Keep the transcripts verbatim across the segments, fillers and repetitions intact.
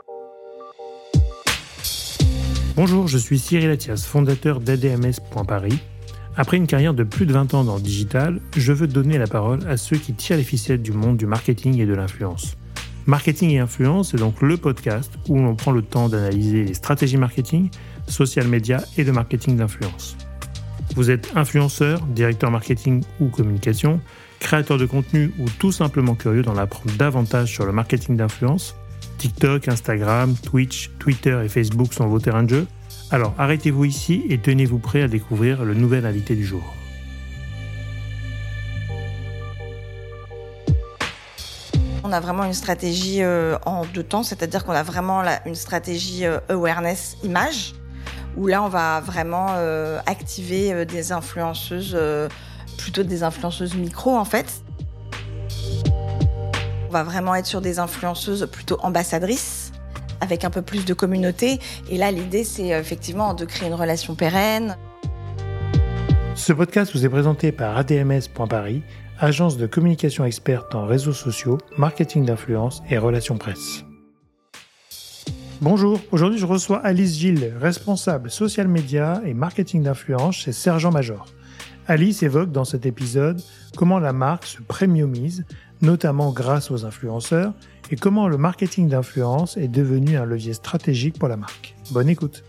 Bonjour, je suis Cyril Attias, fondateur d'A D M S point Paris. Après une carrière de plus de vingt ans dans le digital, je veux donner la parole à ceux qui tirent les ficelles du monde du marketing et de l'influence. Marketing et influence est donc le podcast où l'on prend le temps d'analyser les stratégies marketing, social media et le marketing d'influence. Vous êtes influenceur, directeur marketing ou communication, créateur de contenu ou tout simplement curieux d'en apprendre davantage sur le marketing d'influence? TikTok, Instagram, Twitch, Twitter et Facebook sont vos terrains de jeu? Alors arrêtez-vous ici et tenez-vous prêt à découvrir le nouvel invité du jour. On a vraiment une stratégie euh, en deux temps, c'est-à-dire qu'on a vraiment la, une stratégie euh, awareness image, où là on va vraiment euh, activer euh, des influenceuses, euh, plutôt des influenceuses micro en fait. On va vraiment être sur des influenceuses plutôt ambassadrices, avec un peu plus de communauté. Et là, l'idée, c'est effectivement de créer une relation pérenne. Ce podcast vous est présenté par A D M S point Paris, agence de communication experte en réseaux sociaux, marketing d'influence et relations presse. Bonjour, aujourd'hui je reçois Alice Gilles, responsable social media et marketing d'influence chez Sergent Major. Alice évoque dans cet épisode comment la marque se premiumise, notamment grâce aux influenceurs, et comment le marketing d'influence est devenu un levier stratégique pour la marque. Bonne écoute.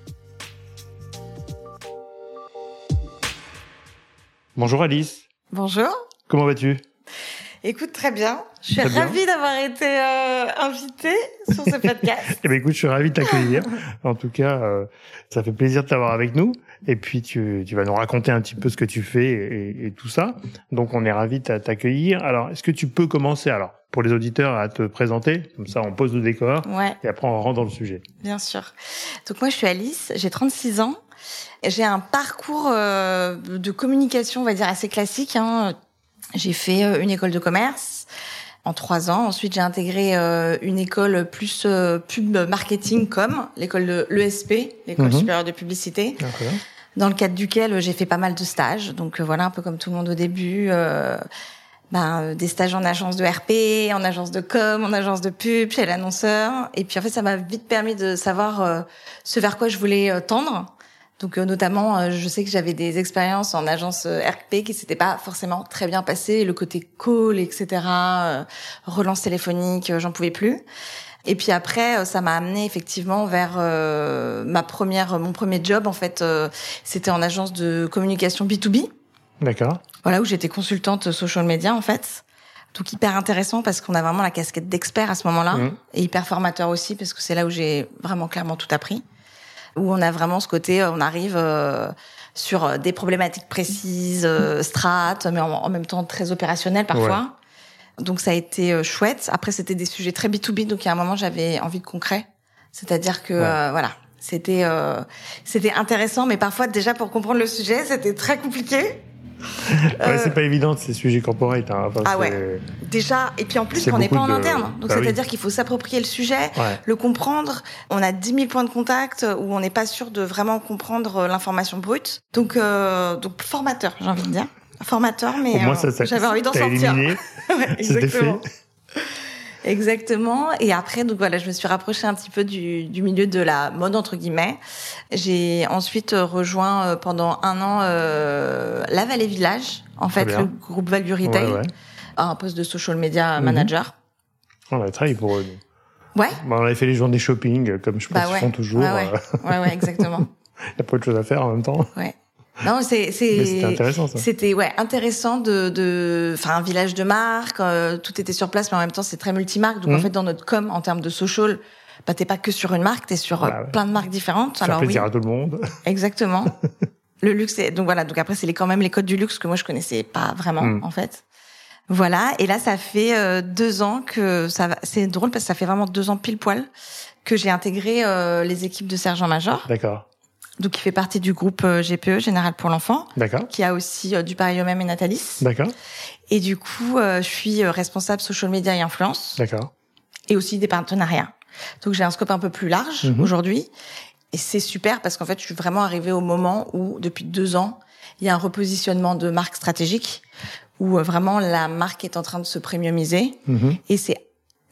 Bonjour Alice. Bonjour. Comment vas-tu ? Écoute, très bien. Je suis très ravie bien. d'avoir été euh, invitée sur ce podcast. Eh bien, écoute, je suis ravi de t'accueillir. En tout cas, euh, ça fait plaisir de t'avoir avec nous. Et puis, tu, tu vas nous raconter un petit peu ce que tu fais et, et tout ça. Donc, on est ravis de t'accueillir. Alors, est-ce que tu peux commencer, alors, pour les auditeurs, à te présenter? Comme ça, on pose le décor. Ouais. Et après, on rentre dans le sujet. Bien sûr. Donc, moi, je suis Alice. J'ai trente-six ans. J'ai un parcours euh, de communication, on va dire, assez classique, hein. J'ai fait euh, une école de commerce en trois ans. Ensuite, j'ai intégré euh, une école plus euh, pub marketing com, l'école de l'E S P, l'école Mmh. supérieure de publicité, D'accord. dans le cadre duquel j'ai fait pas mal de stages. Donc euh, voilà, un peu comme tout le monde au début, euh, ben, euh, des stages en agence de R P, en agence de com, en agence de pub, chez l'annonceur. Et puis en fait, ça m'a vite permis de savoir euh, ce vers quoi je voulais euh, tendre. Donc euh, notamment, euh, je sais que j'avais des expériences en agence euh, R P qui s'étaient pas forcément très bien passées, le côté call, et cetera, euh, relance téléphonique, euh, j'en pouvais plus. Et puis après, euh, ça m'a amené effectivement vers euh, ma première, mon premier job en fait, euh, c'était en agence de communication B deux B. D'accord. Voilà, où j'étais consultante social media en fait. Donc hyper intéressant parce qu'on a vraiment la casquette d'expert à ce moment-là, Mmh. et hyper formateur aussi parce que c'est là où j'ai vraiment clairement tout appris. Où on a vraiment ce côté, on arrive euh, sur des problématiques précises, euh, strates, mais en, en même temps très opérationnelles parfois. Ouais. Donc ça a été euh, chouette. Après, c'était des sujets très B deux B, donc il y a un moment, j'avais envie de concret. C'est-à-dire que, ouais. euh, voilà, c'était euh, c'était intéressant, mais parfois, déjà, pour comprendre le sujet, c'était très compliqué. Ouais, euh, c'est pas évident, ces sujets corporate. Hein. Enfin, ah c'est... ouais. Déjà, et puis en plus, c'est on n'est pas en de... interne. Donc, bah c'est-à-dire oui. qu'il faut s'approprier le sujet, ouais. le comprendre. On a dix mille points de contact où on n'est pas sûr de vraiment comprendre l'information brute. Donc, euh, donc formateur, j'ai envie de dire. Formateur, mais Au moins, euh, ça, ça, j'avais envie d'en t'as sortir. Éliminé. Ouais, exactement. C'était fait. Exactement. Et après, donc voilà, je me suis rapprochée un petit peu du, du milieu de la mode, entre guillemets. J'ai ensuite rejoint pendant un an euh, La Vallée Village, en fait, le groupe Value Retail, ouais, ouais. à un poste de social media manager. Mmh. On a travaillé pour eux. Ouais. Bah, on avait fait les journées shopping, comme je pense bah qu'ils ouais. font toujours. Ouais, ouais, euh... ouais, ouais, exactement. Il n'y a pas autre chose à faire en même temps. Ouais. Non, c'est, c'est, mais c'était intéressant, ça. C'était, ouais, intéressant de, de, enfin, un village de marques, euh, tout était sur place, mais en même temps, c'est très multimarque. Donc, mmh. en fait, dans notre com, en termes de social, bah, t'es pas que sur une marque, t'es sur bah, ouais. plein de marques différentes. Faire Alors, plaisir oui. à tout le monde. Exactement. Le luxe, est, donc voilà. Donc après, c'est les, quand même les codes du luxe que moi, je connaissais pas vraiment, mmh. en fait. Voilà. Et là, ça fait euh, deux ans que ça va, c'est drôle parce que ça fait vraiment deux ans pile poil que j'ai intégré euh, les équipes de Sergent Major. D'accord. Donc, il fait partie du groupe G P E, Général pour l'enfant. D'accord. Qui a aussi euh, du Paris au même et Natalis. D'accord. Et du coup, euh, je suis responsable social media et influence. D'accord. Et aussi des partenariats. Donc, j'ai un scope un peu plus large mmh. aujourd'hui. Et c'est super parce qu'en fait, je suis vraiment arrivée au moment où, depuis deux ans, il y a un repositionnement de marque stratégique où euh, vraiment la marque est en train de se premiumiser. Mmh. Et c'est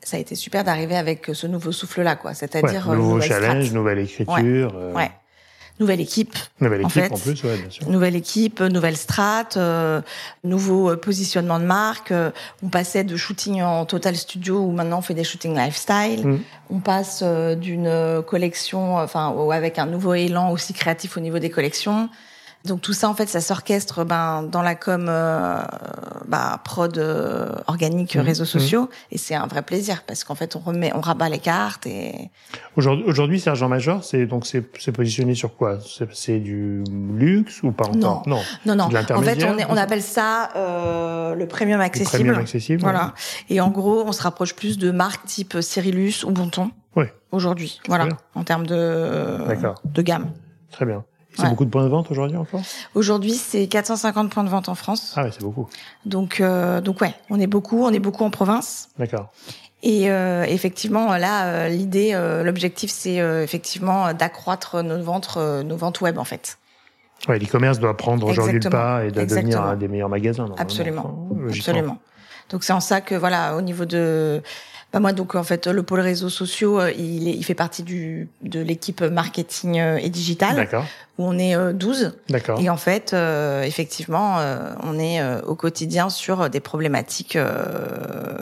ça a été super d'arriver avec ce nouveau souffle-là, quoi. C'est-à-dire ouais, nouveau challenge, strat. nouvelle écriture. Ouais. Euh... ouais. Nouvelle équipe. Nouvelle équipe en, en, fait. en plus, ouais, bien sûr. Nouvelle équipe, nouvelle strat, euh, nouveau positionnement de marque. Euh, on passait de shooting en total studio où maintenant on fait des shootings lifestyle. Mm. On passe euh, d'une collection, enfin, avec un nouveau élan aussi créatif au niveau des collections. Donc tout ça, en fait, ça s'orchestre ben, dans la com euh, bah, prod euh, organique, mmh, réseaux sociaux, mmh. et c'est un vrai plaisir parce qu'en fait, on remet, on rabat les cartes et. Aujourd'hui, aujourd'hui Sergent Major, c'est donc c'est, c'est positionné sur quoi ? c'est, c'est du luxe ou pas encore ? Non, non, non. non. En fait, on, est, on appelle ça euh, le premium accessible. Le premium accessible. Voilà. Ouais. Et en gros, on se rapproche plus de marques type Cyrillus ou Bonton. Oui. Aujourd'hui, voilà, bien. En termes de D'accord. de gamme. Très bien. C'est ouais. beaucoup de points de vente aujourd'hui encore ? Aujourd'hui, c'est quatre cent cinquante points de vente en France. Ah ouais, c'est beaucoup. Donc, euh, donc ouais, on est beaucoup, on est beaucoup en province. D'accord. Et euh, effectivement, là, euh, l'idée, euh, l'objectif, c'est euh, effectivement d'accroître nos ventes, euh, nos ventes web, en fait. Ouais, l'e-commerce doit prendre aujourd'hui Exactement. le pas et doit Exactement. devenir un des meilleurs magasins. Absolument. Absolument. Donc c'est en ça que voilà, au niveau de Bah moi donc en fait le pôle réseaux sociaux il, est, il fait partie du de l'équipe marketing et digital. D'accord. Où on est douze. D'accord. Et en fait euh, effectivement euh, on est euh, au quotidien sur des problématiques euh,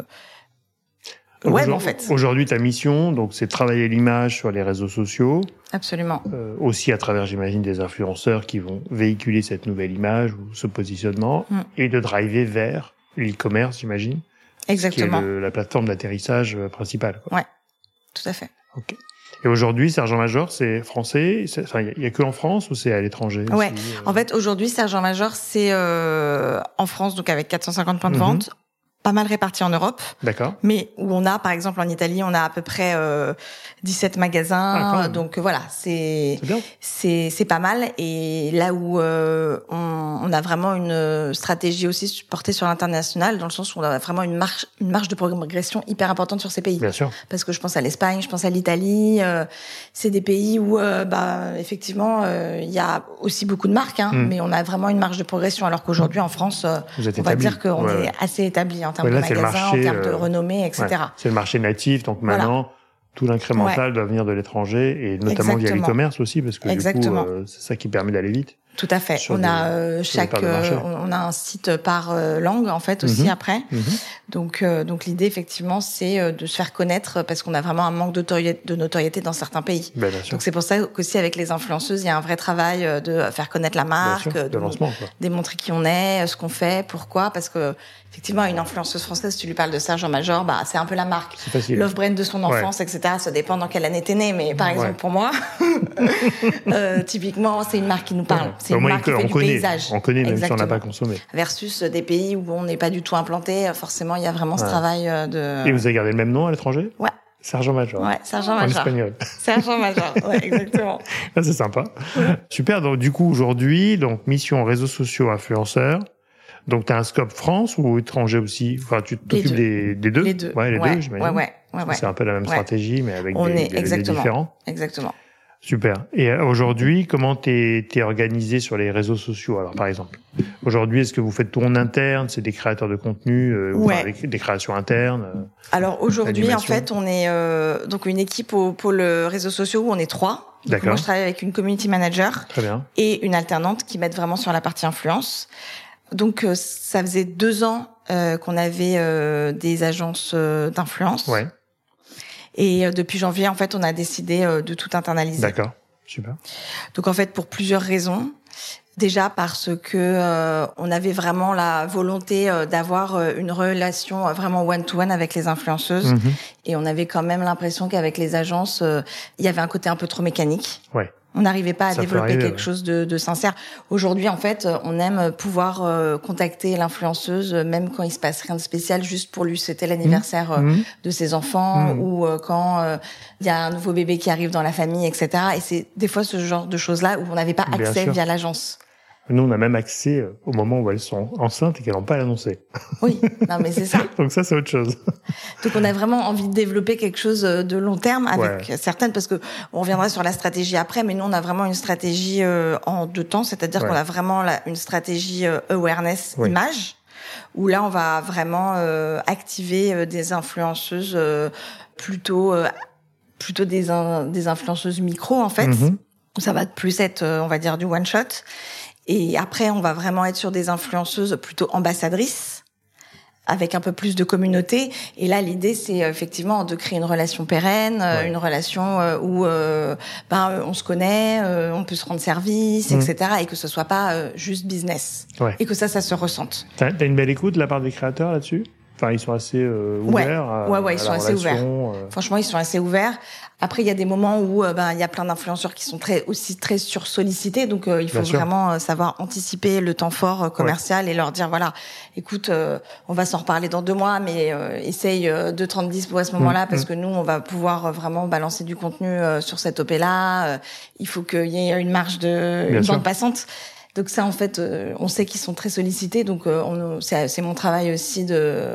web en fait. Aujourd'hui ta mission donc c'est de travailler l'image sur les réseaux sociaux. Absolument. Euh, aussi à travers j'imagine des influenceurs qui vont véhiculer cette nouvelle image ou ce positionnement mm. et de driver vers l'e-commerce j'imagine. Exactement. Qui est le, la plateforme d'atterrissage principale. Quoi. Ouais, tout à fait. Ok. Et aujourd'hui, Sergent Major, c'est français. Enfin, il y a que en France ou c'est à l'étranger ? Ouais. Aussi, euh... En fait, aujourd'hui, Sergent Major, c'est euh, en France, donc avec quatre cent cinquante points de vente. Mm-hmm. Pas mal répartis en Europe. D'accord. Mais où on a, par exemple, en Italie, on a à peu près euh, dix-sept magasins. Ah, donc voilà, c'est c'est, bien. c'est c'est pas mal. Et là où euh, on, on a vraiment une stratégie aussi portée sur l'international, dans le sens où on a vraiment une marge une marge de progression hyper importante sur ces pays. Bien sûr. Parce que je pense à l'Espagne, je pense à l'Italie. Euh, c'est des pays où, euh, bah, effectivement, il euh, y a aussi beaucoup de marques, hein, mm. mais on a vraiment une marge de progression. Alors qu'aujourd'hui, en France, Vous êtes on va établi. dire qu'on ouais. est assez établi. En En ouais, termes là, de magasin, marché, en termes de euh, renommée, et cetera. Ouais, c'est le marché natif, donc maintenant, voilà. tout l'incrémental ouais. doit venir de l'étranger, et notamment Exactement. via l'e-commerce aussi, parce que Exactement. du coup, euh, c'est ça qui permet d'aller vite. Tout à fait. On des, a euh, chaque, euh, on a un site par euh, langue en fait aussi mm-hmm. après. Mm-hmm. Donc, euh, donc l'idée effectivement, c'est euh, de se faire connaître parce qu'on a vraiment un manque d'autori- de notoriété dans certains pays. Ben, bien sûr. Donc c'est pour ça qu'aussi avec les influenceuses, il y a un vrai travail de faire connaître la marque, sûr, de, de lancement, quoi. démontrer qui on est, ce qu'on fait, pourquoi, parce que effectivement, une influenceuse française, tu lui parles de Sergent Major, bah c'est un peu la marque, c'est facile. Love brand de son enfance, ouais. et cetera. Ça dépend dans quelle année t'es né, mais par exemple ouais. pour moi, euh, typiquement, c'est une marque qui nous parle. Ouais. C'est Au une moins, marque qui fait on du connaît, paysage. On connaît même Exactement. si on n'a pas consommé. Versus des pays où on n'est pas du tout implanté, forcément, il y a vraiment ce ouais. travail de. Et vous avez gardé le même nom à l'étranger ? Ouais. Sergent Major. Ouais, Sergent Major. En espagnol. Sergent Major, ouais, exactement. Ah, c'est sympa. Ouais. Super. Donc, du coup, aujourd'hui, donc, mission réseaux sociaux influenceurs. Donc, tu as un scope France ou étranger aussi ? Enfin, tu t'occupes des, des deux ? Les deux. Ouais, les ouais. deux, j'imagine. Ouais, ouais, ouais, ouais. C'est un peu la même ouais. stratégie, mais avec On des, est des, exactement. des différents. Exactement. Super. Et aujourd'hui, comment t'es, t'es organisé sur les réseaux sociaux ? Alors, par exemple, aujourd'hui, est-ce que vous faites tout en interne ? C'est des créateurs de contenu euh, ou ouais. enfin, des, des créations internes euh, Alors aujourd'hui, en fait, on est euh, donc une équipe au pôle réseaux sociaux où on est trois. Donc, D'accord. Moi, je travaille avec une community manager. Très bien. Et une alternante qui m'aide vraiment sur la partie influence. Donc, euh, ça faisait deux ans euh, qu'on avait euh, des agences euh, d'influence. Ouais. Et euh, depuis janvier, en fait, on a décidé euh, de tout internaliser. D'accord, super. Donc, en fait, pour plusieurs raisons. Déjà parce que euh, on avait vraiment la volonté euh, d'avoir euh, une relation euh, vraiment one-to-one avec les influenceuses. Mmh. Et on avait quand même l'impression qu'avec les agences, il euh, y avait un côté un peu trop mécanique. Ouais. On n'arrivait pas à Ça développer arriver, quelque ouais. chose de, de sincère. Aujourd'hui, en fait, on aime pouvoir euh, contacter l'influenceuse, même quand il se passe rien de spécial, juste pour lui souhaiter l'anniversaire mmh. euh, de ses enfants mmh. ou euh, quand il euh, y a un nouveau bébé qui arrive dans la famille, et cetera. Et c'est des fois ce genre de choses-là où on n'avait pas Bien accès sûr. via l'agence. Nous, on a même accès au moment où elles sont enceintes et qu'elles n'ont pas à l'annoncer. Oui, non mais c'est ça. Donc ça, c'est autre chose. Donc on a vraiment envie de développer quelque chose de long terme avec ouais. certaines, parce que on reviendra sur la stratégie après, mais nous on a vraiment une stratégie euh, en deux temps, c'est-à-dire ouais. qu'on a vraiment la, une stratégie euh, awareness oui. image. où là, on va vraiment euh, activer euh, des influenceuses euh, plutôt euh, plutôt des in, des influenceuses micro en fait. Mm-hmm. Ça va plus être, euh, on va dire, du one shot. Et après, on va vraiment être sur des influenceuses plutôt ambassadrices, avec un peu plus de communauté. Et là, l'idée, c'est effectivement de créer une relation pérenne, ouais. une relation où euh, ben, on se connaît, euh, on peut se rendre service, mmh. et cetera. Et que ce soit pas euh, juste business. Ouais. Et que ça, ça se ressente. T'as, t'as une belle écoute de la part des créateurs là-dessus ? Enfin, ils sont assez euh, ouverts. Ouais, à, ouais, ouais, ils sont assez ouverts. Euh... Franchement, ils sont assez ouverts. Après, il y a des moments où euh, ben il y a plein d'influenceurs qui sont très aussi très sursollicités, donc euh, il faut vraiment euh, savoir anticiper le temps fort euh, commercial ouais. et leur dire voilà, écoute, euh, on va s'en reparler dans deux mois, mais euh, essaye euh, deux trente dix pour à ce moment-là, mmh, parce mmh. que nous, on va pouvoir euh, vraiment balancer du contenu euh, sur cette O P-là. Euh, il faut qu'il y ait une marge de Bien une sûr. bande passante. Donc ça, en fait, euh, on sait qu'ils sont très sollicités, donc euh, on, c'est, c'est mon travail aussi de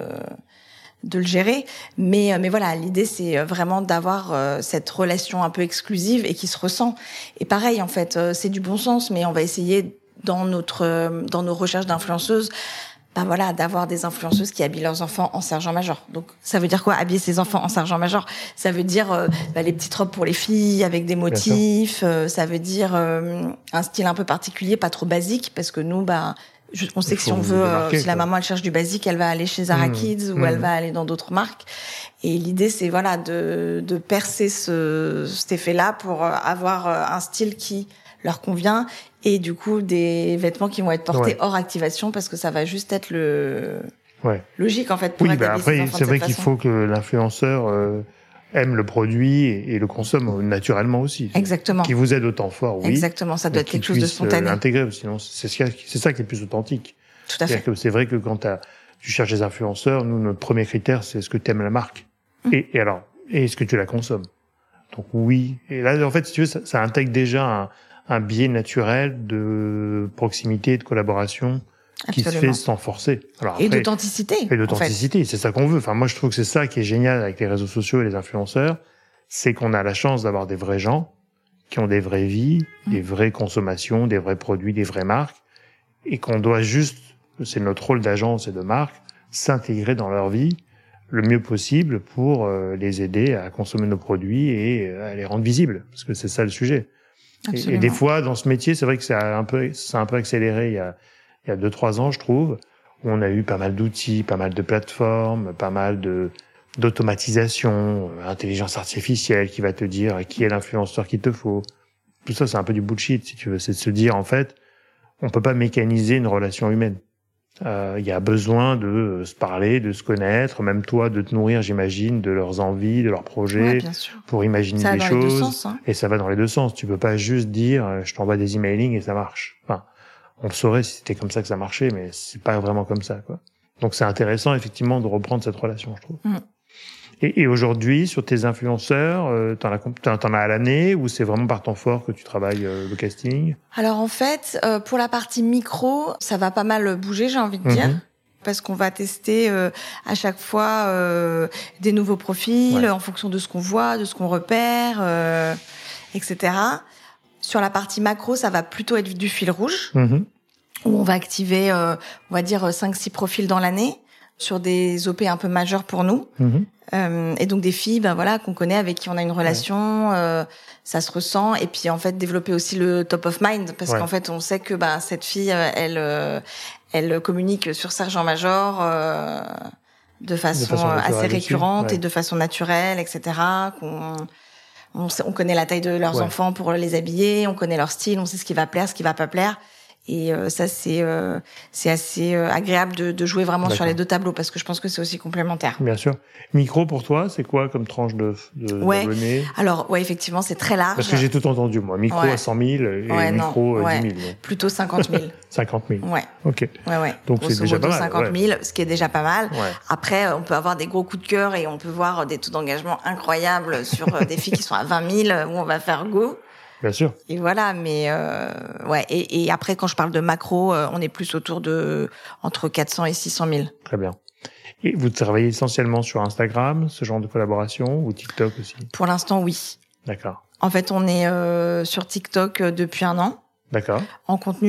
de le gérer. Mais mais voilà, l'idée c'est vraiment d'avoir euh, cette relation un peu exclusive et qui se ressent. Et pareil, en fait, euh, c'est du bon sens, mais on va essayer dans notre euh, dans nos recherches d'influenceuses. Ben voilà, d'avoir des influenceuses qui habillent leurs enfants en sergent-major. Donc, ça veut dire quoi, habiller ses enfants en sergent-major ? Ça veut dire euh, ben, les petites robes pour les filles avec des motifs. Euh, ça veut dire euh, un style un peu particulier, pas trop basique, parce que nous, ben, je, on sait que si on veut, euh, si la maman elle cherche du basique, elle va aller chez Zara mmh. Kids ou mmh. elle va aller dans d'autres marques. Et l'idée, c'est voilà de, de percer ce, cet effet-là pour avoir un style qui leur convient et du coup des vêtements qui vont être portés ouais. hors activation parce que ça va juste être le ouais. logique en fait pour oui bah après c'est vrai qu'il faut que l'influenceur euh, aime le produit et, et le consomme naturellement aussi. Exactement. Qui vous aide au temps fort, oui. Exactement, ça doit être quelque chose de spontané. L'intégrer, sinon c'est c'est ça qui est le plus authentique. Tout à fait. Que c'est vrai que quand t'as, tu cherches des influenceurs, nous notre premier critère c'est est-ce que t'aimes la marque mmh. et, et alors et est-ce que tu la consommes. Donc oui. Et là en fait si tu veux ça, ça intègre déjà un un biais naturel de proximité et de collaboration Absolument. Qui se fait sans forcer. Alors après, et d'authenticité. Et d'authenticité, en fait. C'est ça qu'on veut. Enfin, moi, je trouve que c'est ça qui est génial avec les réseaux sociaux et les influenceurs, c'est qu'on a la chance d'avoir des vrais gens qui ont des vraies vies, mmh. des vraies consommations, des vrais produits, des vraies marques, et qu'on doit juste, c'est notre rôle d'agence et de marque, s'intégrer dans leur vie le mieux possible pour euh, les aider à consommer nos produits et euh, à les rendre visibles, parce que c'est ça le sujet. Et, et des fois, dans ce métier, c'est vrai que c'est un peu, c'est un peu accéléré il y a, il y a deux, trois ans, je trouve, où on a eu pas mal d'outils, pas mal de plateformes, pas mal de, d'automatisation, intelligence artificielle qui va te dire qui est l'influenceur qu'il te faut. Tout ça, c'est un peu du bullshit, si tu veux. C'est de se dire, en fait, on peut pas mécaniser une relation humaine. Euh, il y a besoin de se parler, de se connaître, même toi de te nourrir, j'imagine, de leurs envies, de leurs projets, ouais, pour imaginer ça des choses. Ça va dans les deux sens, hein. Et ça va dans les deux sens. Tu peux pas juste dire, je t'envoie des emailings et ça marche. Enfin, on le saurait si c'était comme ça que ça marchait, mais c'est pas vraiment comme ça, quoi. Donc c'est intéressant, effectivement, de reprendre cette relation, je trouve. Mm. Et, et aujourd'hui, sur tes influenceurs, euh, t'en as, t'en, t'en as à l'année ou c'est vraiment par temps fort que tu travailles euh, le casting ? Alors en fait, euh, pour la partie micro, ça va pas mal bouger, j'ai envie de dire. Mm-hmm. Parce qu'on va tester euh, à chaque fois euh, des nouveaux profils ouais. en fonction de ce qu'on voit, de ce qu'on repère, euh, et cetera. Sur la partie macro, ça va plutôt être du fil rouge, mm-hmm. où on va activer, euh, on va dire, cinq six profils dans l'année sur des O P un peu majeurs pour nous. Mm-hmm. Euh, et donc des filles, ben voilà, qu'on connaît, avec qui on a une relation, ouais. euh, ça se ressent. Et puis en fait, développer aussi le top of mind, parce ouais. qu'en fait, on sait que bah cette fille, elle, euh, elle communique sur sergent-major euh, de façon, de façon assez récurrente ouais. et de façon naturelle, et cetera. Qu'on on, sait, on connaît la taille de leurs ouais. enfants pour les habiller, on connaît leur style, on sait ce qui va plaire, ce qui va pas plaire. Et euh, ça, c'est euh, c'est assez euh, agréable de, de jouer vraiment D'accord. sur les deux tableaux, parce que je pense que c'est aussi complémentaire. Bien sûr. Micro, pour toi, c'est quoi comme tranche de, de ouais. d'abonnés ? Alors, ouais, effectivement, c'est très large. Parce que j'ai tout entendu, moi. Micro ouais. à cent mille et ouais, micro non, à ouais. dix mille. Plutôt cinquante mille. cinquante mille. Ouais. OK. Ouais, ouais. Donc, Grosso c'est déjà pas mal. cinquante mille, ouais. ce qui est déjà pas mal. Ouais. Après, on peut avoir des gros coups de cœur et on peut voir des taux d'engagement incroyables sur des filles qui sont à vingt mille, où on va faire go. Bien sûr. Et voilà, mais euh, ouais. Et, et après, quand je parle de macro, euh, on est plus autour de entre quatre cents et six cent mille. Très bien. Et vous travaillez essentiellement sur Instagram, ce genre de collaboration, ou TikTok aussi ? Pour l'instant, oui. D'accord. En fait, on est euh, sur TikTok depuis un an. D'accord. En contenu euh,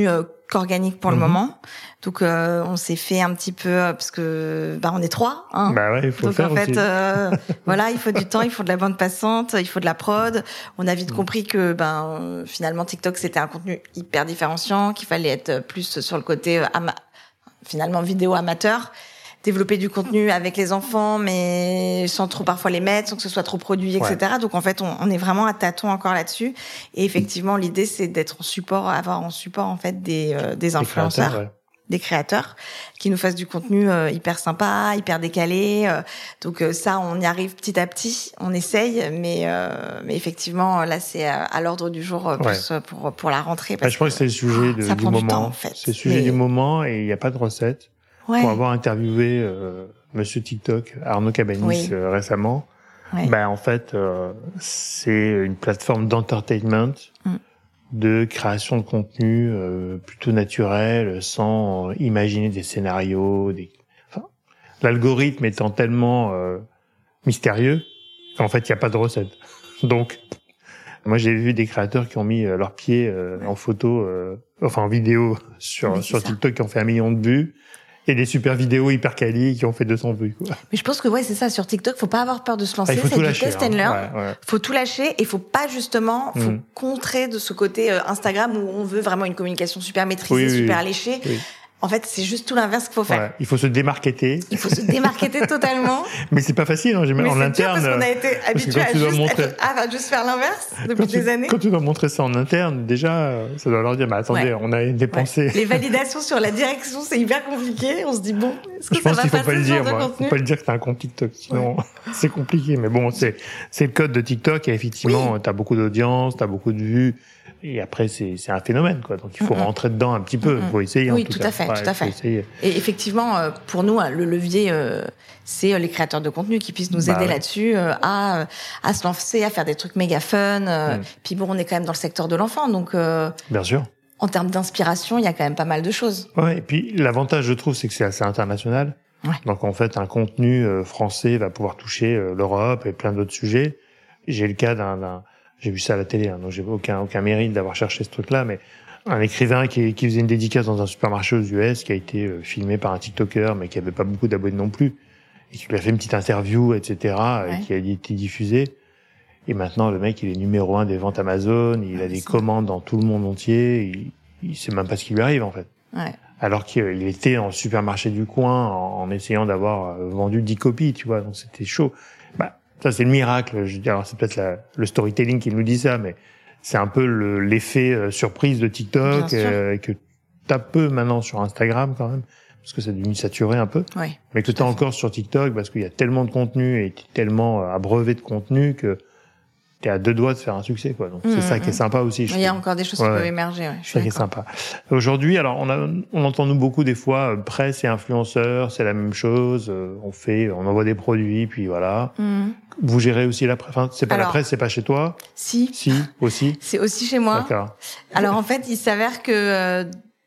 qu'organique pour mmh. le moment. Donc euh, on s'est fait un petit peu parce que bah on est trois hein. Bah ouais, il faut donc faire en fait aussi. euh, voilà, il faut du temps, il faut de la bande passante, il faut de la prod. On a vite mmh. compris que ben finalement TikTok c'était un contenu hyper différenciant, qu'il fallait être plus sur le côté euh, ama- finalement vidéo amateur, développer du contenu avec les enfants mais sans trop parfois les mettre, sans que ce soit trop produit, et cetera. Ouais. Donc en fait on, on est vraiment à tâtons encore là-dessus. Et effectivement l'idée c'est d'être en support, avoir en support en fait des euh, des influenceurs. Des créateurs, ouais. des créateurs qui nous fassent du contenu euh, hyper sympa, hyper décalé. Euh, donc euh, ça, on y arrive petit à petit, on essaye, mais euh, mais effectivement là c'est à, à l'ordre du jour euh, plus ouais. pour pour la rentrée. Parce bah, je crois que, que c'est le sujet de, ça du prend moment. Du temps, en fait. C'est le sujet mais... du moment et il n'y a pas de recette. Ouais. Pour avoir interviewé euh, Monsieur TikTok, Arnaud Cabanis oui. euh, récemment, ouais. bah en fait euh, c'est une plateforme d'entertainment. Mm. de création de contenu euh, plutôt naturel, sans euh, imaginer des scénarios. Des... Enfin, l'algorithme étant tellement euh, mystérieux qu'en fait, il n'y a pas de recette. Donc, moi, j'ai vu des créateurs qui ont mis euh, leurs pieds euh, en photo, euh, enfin en vidéo sur, oui, sur TikTok, qui ont fait un million de vues. Et des super vidéos hyper quali qui ont fait deux cents vues, quoi. Mais je pense que ouais, c'est ça, sur TikTok, faut pas avoir peur de se lancer, ah, c'est du lâcher, test hein. and learn. Ouais, ouais. Faut tout lâcher et faut pas justement, faut mm. contrer de ce côté euh, Instagram où on veut vraiment une communication super maîtrisée, oui, super oui, léchée. Oui. En fait, c'est juste tout l'inverse qu'il faut faire. Ouais, il faut se démarketer. Il faut se démarketer totalement. Mais c'est pas facile, hein. J'ai Mais en c'est interne. Dur parce qu'on a été habitué à juste, montrer... être, à juste faire l'inverse depuis tu, des années. Quand tu dois montrer ça en interne, déjà, ça doit leur dire, mais attendez, ouais. on a dépensé. Ouais. Les validations sur la direction, c'est hyper compliqué. On se dit, bon, est-ce que Je ça pense va qu'il faut passer pas le dire, ce genre moi. de contenu? Faut pas le dire que t'as un compte TikTok, sinon ouais. c'est compliqué. Mais bon, c'est, c'est le code de TikTok et effectivement, oui. t'as beaucoup d'audience, t'as beaucoup de vues. Et après, c'est, c'est un phénomène, quoi. Donc, il faut mm-hmm. rentrer dedans un petit peu. Il mm-hmm. faut essayer. Oui, en tout, tout cas. à fait, ouais, tout à fait. Essayer. Et effectivement, pour nous, le levier, c'est les créateurs de contenu qui puissent nous aider bah, ouais. là-dessus à, à se lancer, à faire des trucs méga fun. Mm. Puis bon, on est quand même dans le secteur de l'enfant, donc. Bien sûr. En termes d'inspiration, il y a quand même pas mal de choses. Ouais. Et puis, l'avantage, je trouve, c'est que c'est assez international. Ouais. Donc, en fait, un contenu français va pouvoir toucher l'Europe et plein d'autres sujets. J'ai le cas d'un, d'un j'ai vu ça à la télé, hein, donc j'ai aucun aucun mérite d'avoir cherché ce truc-là, mais un écrivain qui, qui faisait une dédicace dans un supermarché aux U S, qui a été euh, filmé par un TikToker, mais qui avait pas beaucoup d'abonnés non plus, et qui lui a fait une petite interview, et cetera, ouais. et qui a été diffusée. Et maintenant, le mec, il est numéro un des ventes Amazon, il ouais, a des commandes dans tout le monde entier, il, il sait même pas ce qui lui arrive en fait. Ouais. Alors qu'il était en supermarché du coin en, en essayant d'avoir vendu dix copies, tu vois, donc c'était chaud. Bah, ça, c'est le miracle. Je veux dire, alors c'est peut-être la, le storytelling qui nous dit ça, mais c'est un peu le, l'effet euh, surprise de TikTok euh, que t'as peu maintenant sur Instagram quand même, parce que c'est devenu saturé un peu. Oui, mais que t'as encore sur TikTok parce qu'il y a tellement de contenu et t'es tellement abreuvé de contenu que t'es à deux doigts de faire un succès, quoi. Donc, mmh, c'est ça mmh. qui est sympa aussi. Je Il y a encore des choses ouais, qui peuvent émerger, ouais. Je suis ça qui est sympa. Aujourd'hui, alors, on a, on entend nous beaucoup des fois, presse et influenceurs, c'est la même chose. On fait, on envoie des produits, puis voilà. Mmh. Vous gérez aussi la presse. Enfin, c'est pas alors, la presse, c'est pas chez toi. Si. Si, aussi. C'est aussi chez moi. D'accord. Alors, en fait, il s'avère que, euh,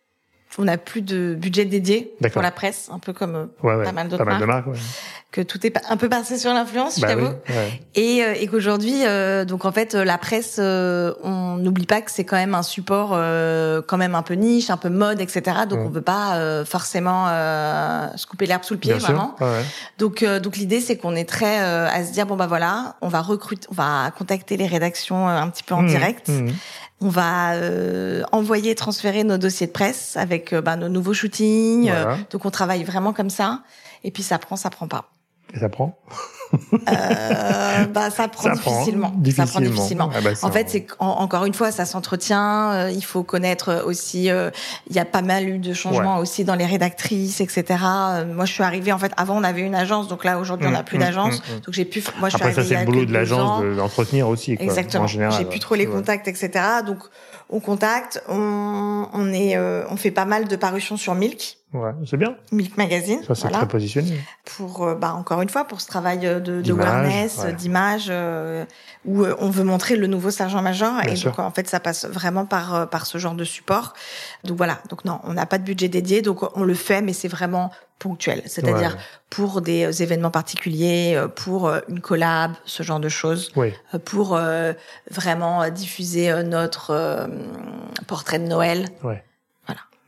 on n'a plus de budget dédié D'accord. pour la presse, un peu comme euh, ouais, ouais, pas mal d'autres pas mal marques. De marques ouais. Que tout est un peu passé sur l'influence, bah je t'avoue. Oui, ouais. Et, euh, et qu'aujourd'hui, euh, donc en fait, la presse, euh, on n'oublie pas que c'est quand même un support euh, quand même un peu niche, un peu mode, et cetera. Donc mmh. on veut pas euh, forcément euh, se couper l'herbe sous le pied, Bien vraiment. Sûr, ouais. Donc euh, donc l'idée, c'est qu'on est très euh, à se dire bon bah voilà, on va recruter, on va contacter les rédactions euh, un petit peu en mmh. direct. Mmh. On va euh, envoyer, transférer nos dossiers de presse avec euh, bah, nos nouveaux shootings. Voilà. Euh, donc on travaille vraiment comme ça. Et puis ça prend, ça prend pas. Et ça prend euh, bah ça prend ça difficilement. Prend difficilement. Ça prend difficilement. Ah bah, en fait, c'est en, encore une fois, ça s'entretient. Euh, il faut connaître aussi. Euh, il y a pas mal eu de changements ouais. aussi dans les rédactrices, et cetera. Euh, moi, je suis arrivée en fait. Avant, on avait une agence, donc là aujourd'hui, mmh, on n'a plus mmh, d'agence. Mmh, donc j'ai pu. Moi, je suis Après, arrivée ça, c'est il y a le boulot de l'agence de, d'entretenir aussi. Quoi, exactement. En général, j'ai plus trop les ouais. contacts, et cetera. Donc on contacte. On, on est. Euh, on fait pas mal de parutions sur Milk. Ouais, c'est bien. Milk Magazine. Ça, c'est voilà. très positionné. Pour, euh, bah, encore une fois, pour ce travail de, de awareness, ouais. d'image, euh, où euh, on veut montrer le nouveau sergent-major. Bien et sûr. Donc, en fait, ça passe vraiment par, euh, par ce genre de support. Donc, voilà. Donc, non, on n'a pas de budget dédié. Donc, on le fait, mais c'est vraiment ponctuel. C'est-à-dire ouais. pour des euh, événements particuliers, euh, pour euh, une collab, ce genre de choses. Oui. Euh, pour euh, vraiment diffuser euh, notre euh, portrait de Noël. Ouais. Voilà.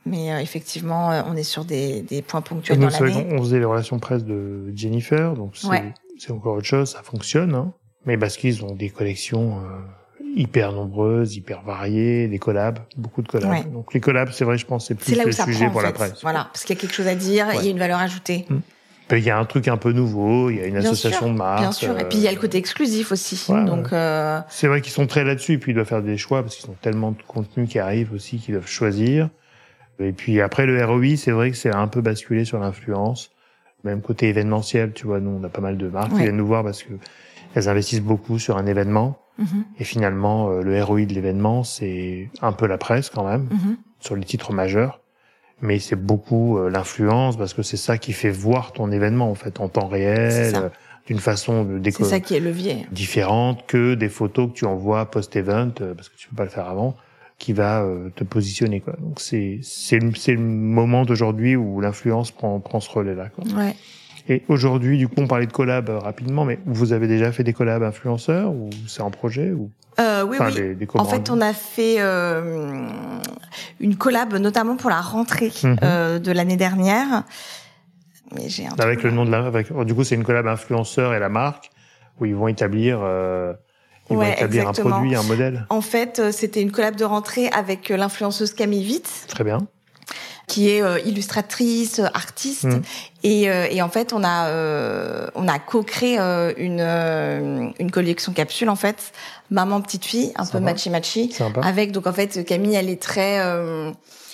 Mais euh, effectivement, euh, on est sur des, des points ponctuels nous, dans l'année. C'est vrai qu'on faisait les relations presse de Jennifer, donc c'est, ouais. c'est encore autre chose, ça fonctionne. Hein. Mais parce qu'ils ont des collections euh, hyper nombreuses, hyper variées, des collabs, beaucoup de collabs. Ouais. Donc les collabs, c'est vrai, je pense, c'est plus c'est là où le ça sujet prend, pour en la fait. presse. Voilà, parce qu'il y a quelque chose à dire, il ouais. y a une valeur ajoutée. Mmh. Il y a un truc un peu nouveau, il y a une bien association sûr, de marques. Bien sûr, et puis il y a le côté exclusif aussi. Ouais, donc ouais. euh... C'est vrai qu'ils sont très là-dessus, et puis ils doivent faire des choix, parce qu'ils ont tellement de contenu qui arrive aussi qu'ils doivent choisir. Et puis après, le R O I, c'est vrai que c'est un peu basculé sur l'influence. Même côté événementiel, tu vois, nous, on a pas mal de marques ouais. qui viennent nous voir parce que elles investissent beaucoup sur un événement. Mm-hmm. Et finalement, euh, le R O I de l'événement, c'est un peu la presse quand même, mm-hmm. sur les titres majeurs. Mais c'est beaucoup euh, l'influence parce que c'est ça qui fait voir ton événement en fait en temps réel, euh, d'une façon de déco- c'est ça qui est levier. différente que des photos que tu envoies post-event euh, parce que tu peux pas le faire avant, qui va euh, te positionner quoi. Donc c'est c'est le, c'est le moment d'aujourd'hui où l'influence prend prend ce relais là quoi. Ouais. Et aujourd'hui, du coup, on parlait de collab euh, rapidement, mais vous avez déjà fait des collabs influenceurs ou c'est en projet ou euh, oui, enfin, oui. Des, des en fait, on a fait euh, une collab, notamment pour la rentrée mm-hmm. euh, de l'année dernière. Mais j'ai un avec le là. nom de la, avec, du coup, c'est une collab influenceur et la marque où ils vont établir, euh, ils ouais, vont établir exactement. un produit, un modèle. En fait, c'était une collab de rentrée avec l'influenceuse Camille Witt. Très bien. Qui est euh, illustratrice, artiste, mmh. et, euh, et en fait on a euh, on a co-créé euh, une euh, une collection capsule en fait, maman petite fille, un Sympa. peu matchy matchy, Sympa. avec donc en fait Camille elle est très euh,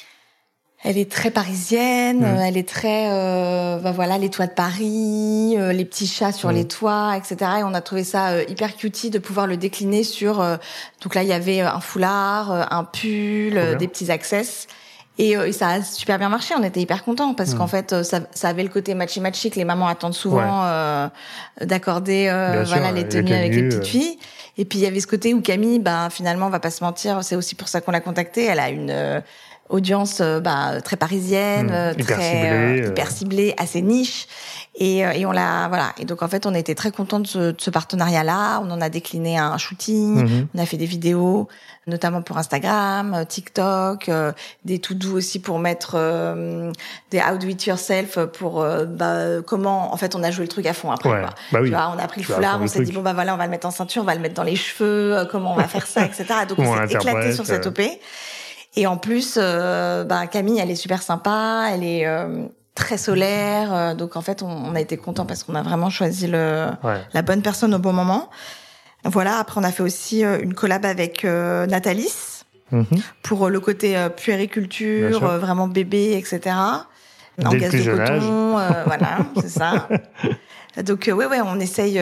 elle est très parisienne, mmh. elle est très euh, bah voilà les toits de Paris, euh, les petits chats sur mmh. les toits, et cetera. Et on a trouvé ça euh, hyper cutie de pouvoir le décliner sur euh, donc là il y avait un foulard, un pull, euh, des petits access. Et, euh, et ça a super bien marché, on était hyper contents parce mmh. qu'en fait ça, ça avait le côté matchy-matchy que les mamans attendent souvent ouais. euh, d'accorder euh, voilà sûr, les tenues, les tenues avec les petites euh... filles. Et puis il y avait ce côté où Camille, ben finalement on va pas se mentir, c'est aussi pour ça qu'on l'a contactée. Elle a une euh, audience euh, bah, très parisienne, mmh. hyper très ciblée, euh, hyper ciblée, assez niche. Et, euh, et on l'a voilà. Et donc en fait on était très contents de ce, de ce partenariat-là. On en a décliné un shooting, mmh. on a fait des vidéos, notamment pour Instagram, TikTok, euh, des tout doux aussi pour mettre euh, des how do it yourself pour euh, bah, comment en fait on a joué le truc à fond après. Ouais, quoi. bah oui. Tu vois, on a pris le tu foulard, on s'est truc. dit bon bah voilà on va le mettre en ceinture, on va le mettre dans les cheveux, euh, comment on va faire ça, et cetera. Donc on, on s'est éclaté sur cette O P. Et en plus, euh, bah Camille elle est super sympa, elle est euh, très solaire, euh, donc en fait on, on a été contents parce qu'on a vraiment choisi le ouais. la bonne personne au bon moment. Voilà, après on a fait aussi euh, une collab avec euh, Nathalie mmh. pour euh, le côté euh, puériculture, euh, vraiment bébé, et cetera. Dès en gaz de coton, euh, voilà, c'est ça. Donc euh, ouais, ouais, on essaye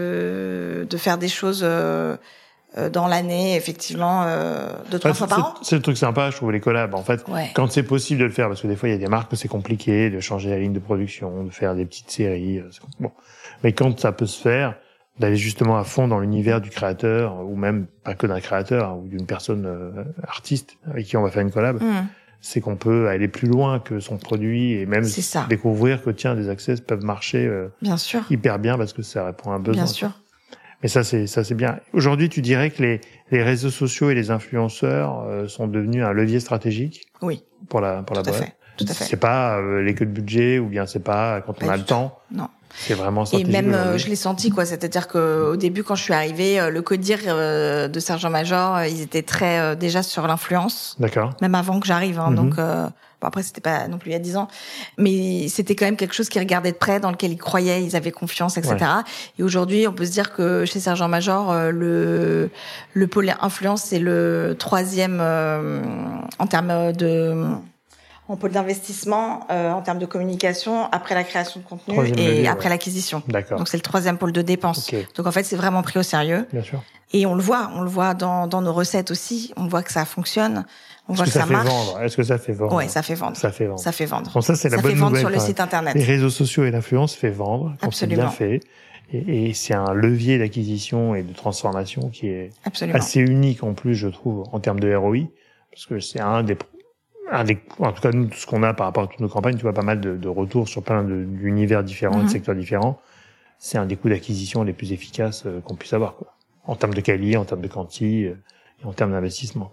de de faire des choses euh, dans l'année, effectivement, euh, deux trois ouais, fois par an. C'est le truc sympa, je trouve, les collabs. En fait, ouais. quand c'est possible de le faire, parce que des fois il y a des marques que c'est compliqué de changer la ligne de production, de faire des petites séries. Bon, mais quand ça peut se faire, d'aller justement à fond dans l'univers du créateur, ou même pas que d'un créateur, hein, ou d'une personne euh, artiste avec qui on va faire une collab, mmh. c'est qu'on peut aller plus loin que son produit et même découvrir que tiens, des access peuvent marcher euh, bien sûr. hyper bien parce que ça répond à un besoin. Bien sûr. Mais ça, c'est ça, c'est bien. Aujourd'hui, tu dirais que les les réseaux sociaux et les influenceurs euh, sont devenus un levier stratégique. Oui. Pour la pour la boîte. Tout à fait. Tout à fait. C'est pas euh, les queues de budget ou bien c'est pas quand pas on a le temps. Non. C'est vraiment stratégique. Et même, euh, je l'ai senti, quoi. C'est-à-dire que au début, quand je suis arrivée, euh, le codir euh, de Sergent-Major, euh, ils étaient très euh, déjà sur l'influence. D'accord. Même avant que j'arrive. Hein, mm-hmm. Donc, euh, bon, après, c'était pas non plus il y a dix ans, mais c'était quand même quelque chose qu'ils regardaient de près, dans lequel ils croyaient, ils avaient confiance, et cetera. Ouais. Et aujourd'hui, on peut se dire que chez Sergent-Major, euh, le le pôle influence, c'est le troisième euh, en termes de en pôle d'investissement, euh, en termes de communication, après la création de contenu troisième et levier, après ouais. l'acquisition. D'accord. Donc c'est le troisième pôle de dépenses. Okay. Donc en fait c'est vraiment pris au sérieux. Bien sûr. Et on le voit, on le voit dans, dans nos recettes aussi. On voit que ça fonctionne, on Est-ce voit que, que ça, ça fait marche. Vendre Est-ce que ça fait vendre Ouais, ça fait vendre. Ça fait vendre. Ça fait vendre. Bon, ça c'est la ça bonne fait vendre nouvelle. sur le enfin, site internet. Les réseaux sociaux et l'influence fait vendre quand c'est bien fait. Et, et c'est un levier d'acquisition et de transformation qui est Absolument. assez unique en plus, je trouve, en termes de R O I, parce que c'est un des Un des, en tout cas, nous, tout ce qu'on a par rapport à toutes nos campagnes, tu vois, pas mal de, de retours sur plein de, d'univers différents, mm-hmm. de secteurs différents. C'est un des coûts d'acquisition les plus efficaces euh, qu'on puisse avoir, quoi. En termes de quali, en termes de quanti, euh, et en termes d'investissement, quoi.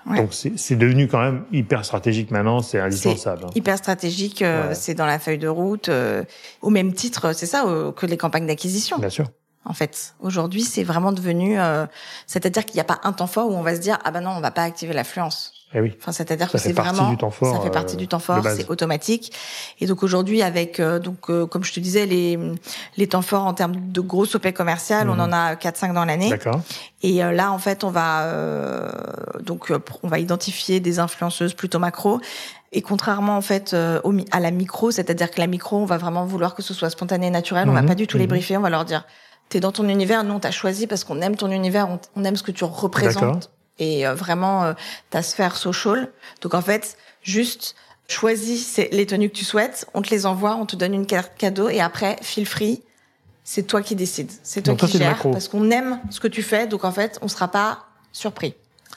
Ouais. Donc c'est, c'est devenu quand même hyper stratégique maintenant, c'est indispensable. C'est hein. hyper stratégique, euh, Ouais. c'est dans la feuille de route, euh, au même titre, c'est ça, euh, que les campagnes d'acquisition. Bien sûr. En fait, aujourd'hui, c'est vraiment devenu, euh, c'est-à-dire qu'il n'y a pas un temps fort où on va se dire ah ben non, on va pas activer l'affluence. Eh oui. Enfin, c'est-à-dire Ça que fait c'est partie vraiment, du temps fort, ça fait partie euh, du temps de fort, base. c'est automatique. Et donc aujourd'hui, avec euh, donc euh, comme je te disais, les les temps forts en termes de grosses O P commerciales, Mhm. on en a quatre cinq dans l'année. D'accord. Et euh, là, en fait, on va euh, donc euh, on va identifier des influenceuses plutôt macro. Et contrairement en fait euh, au, mi- à la micro, c'est-à-dire que la micro, on va vraiment vouloir que ce soit spontané et naturel. On va Mhm. pas du tout les Mhm. briefer. On va leur dire t'es dans ton univers, nous on t'a choisi parce qu'on aime ton univers, on, on aime ce que tu D'accord. représentes et euh, vraiment euh, ta sphère social. Donc en fait, juste choisis c'est- les tenues que tu souhaites, on te les envoie, on te donne une carte cadeau et après feel free, c'est toi qui décides, c'est toi Donc toi, qui c'est le gères macro. parce qu'on aime ce que tu fais, donc en fait on sera pas surpris.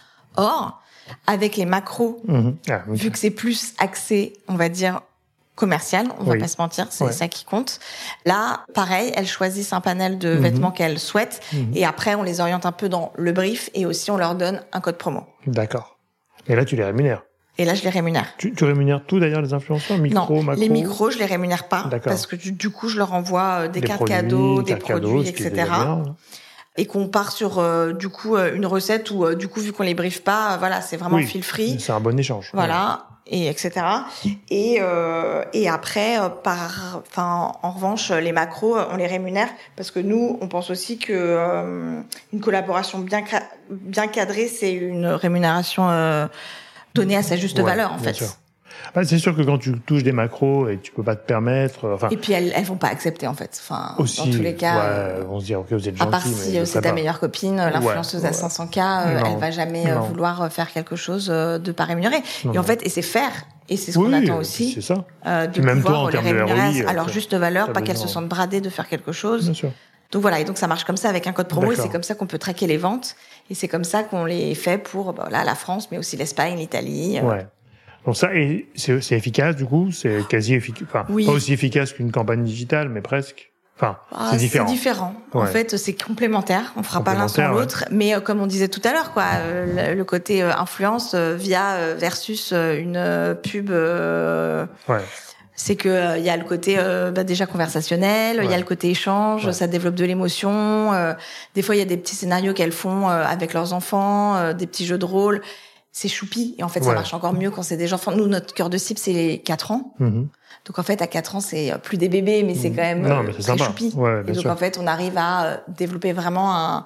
Or, avec les macros, Mhm. Ah, ok. vu que c'est plus axé, on va dire commercial, on Oui. va pas se mentir, c'est Ouais. ça qui compte. Là, pareil, elles choisissent un panel de Mhm. vêtements qu'elles souhaitent Mhm. et après on les oriente un peu dans le brief et aussi on leur donne un code promo. D'accord. Et là, tu les rémunères. Et là, je les rémunère. Tu, tu rémunères tout d'ailleurs les influenceurs, micro, non, macro. les micros, je les rémunère pas D'accord. parce que du, du coup, je leur envoie euh, des, des cartes produits, cadeaux, des cartes cadeaux, produits, ce qui est et déjà cetera. bien. Et qu'on part sur euh, du coup euh, une recette où euh, du coup vu qu'on les briefe pas, euh, voilà, c'est vraiment Oui. feel free. C'est un bon échange. Voilà, et et cetera. Et euh, et après, euh, par, enfin, en revanche, les macros, euh, on les rémunère parce que nous, on pense aussi que euh, une collaboration bien cra- bien cadrée, c'est une rémunération euh, donnée à sa juste Ouais, valeur, en bien fait. sûr. Bah, c'est sûr que quand tu touches des macros et que tu peux pas te permettre, euh, enfin, Et puis elles, elles vont pas accepter, en fait. Enfin, aussi, dans tous les cas. ouais, euh, on se dit ok, vous êtes À gentil, part mais si je euh, le c'est ferai ta pas. meilleure copine, l'influenceuse Ouais, à ouais. cinq cents K, euh, Non, elle va jamais euh, non. vouloir euh, faire quelque chose euh, de pas rémunéré. Non, et en non. fait, et c'est faire. Et c'est ce Oui, qu'on attend et puis aussi. c'est ça. Euh, de Puis même pouvoir toi, en les termes de rémunérer R O I, à leur t'as- juste valeur, t'as pas qu'elles se besoin. sentent bradées de faire quelque chose. Bien sûr. Donc voilà, et donc ça marche comme ça avec un code promo, et D'accord. c'est comme ça qu'on peut traquer les ventes, et c'est comme ça qu'on les fait pour bah, là, la France, mais aussi l'Espagne, l'Italie. euh. Ouais. Donc ça, et c'est, c'est efficace du coup, c'est quasi efficace. Enfin, Oui. pas aussi efficace qu'une campagne digitale, mais presque. Enfin, Ah, c'est différent. C'est différent. En Ouais. fait, c'est complémentaire. On fera pas l'un sans Complémentaire, l'autre. Mais euh, comme on disait tout à l'heure, quoi, euh, le, le côté euh, influence euh, via euh, versus euh, une euh, pub. euh, Ouais. C'est que euh, il y a le côté euh, bah, déjà conversationnel, il Ouais. y a le côté échange, Ouais. ça développe de l'émotion. euh, des fois, il y a des petits scénarios qu'elles font euh, avec leurs enfants, euh, des petits jeux de rôle. C'est choupi. Et en fait, ça Ouais. marche encore mieux quand c'est des enfants. Nous, notre cœur de cible, c'est les quatre ans. Mhm. Donc en fait, à quatre ans, c'est plus des bébés, mais c'est quand même Non, euh, mais c'est très sympa. choupi. Ouais, Et bien donc sûr. en fait, on arrive à euh, développer vraiment un,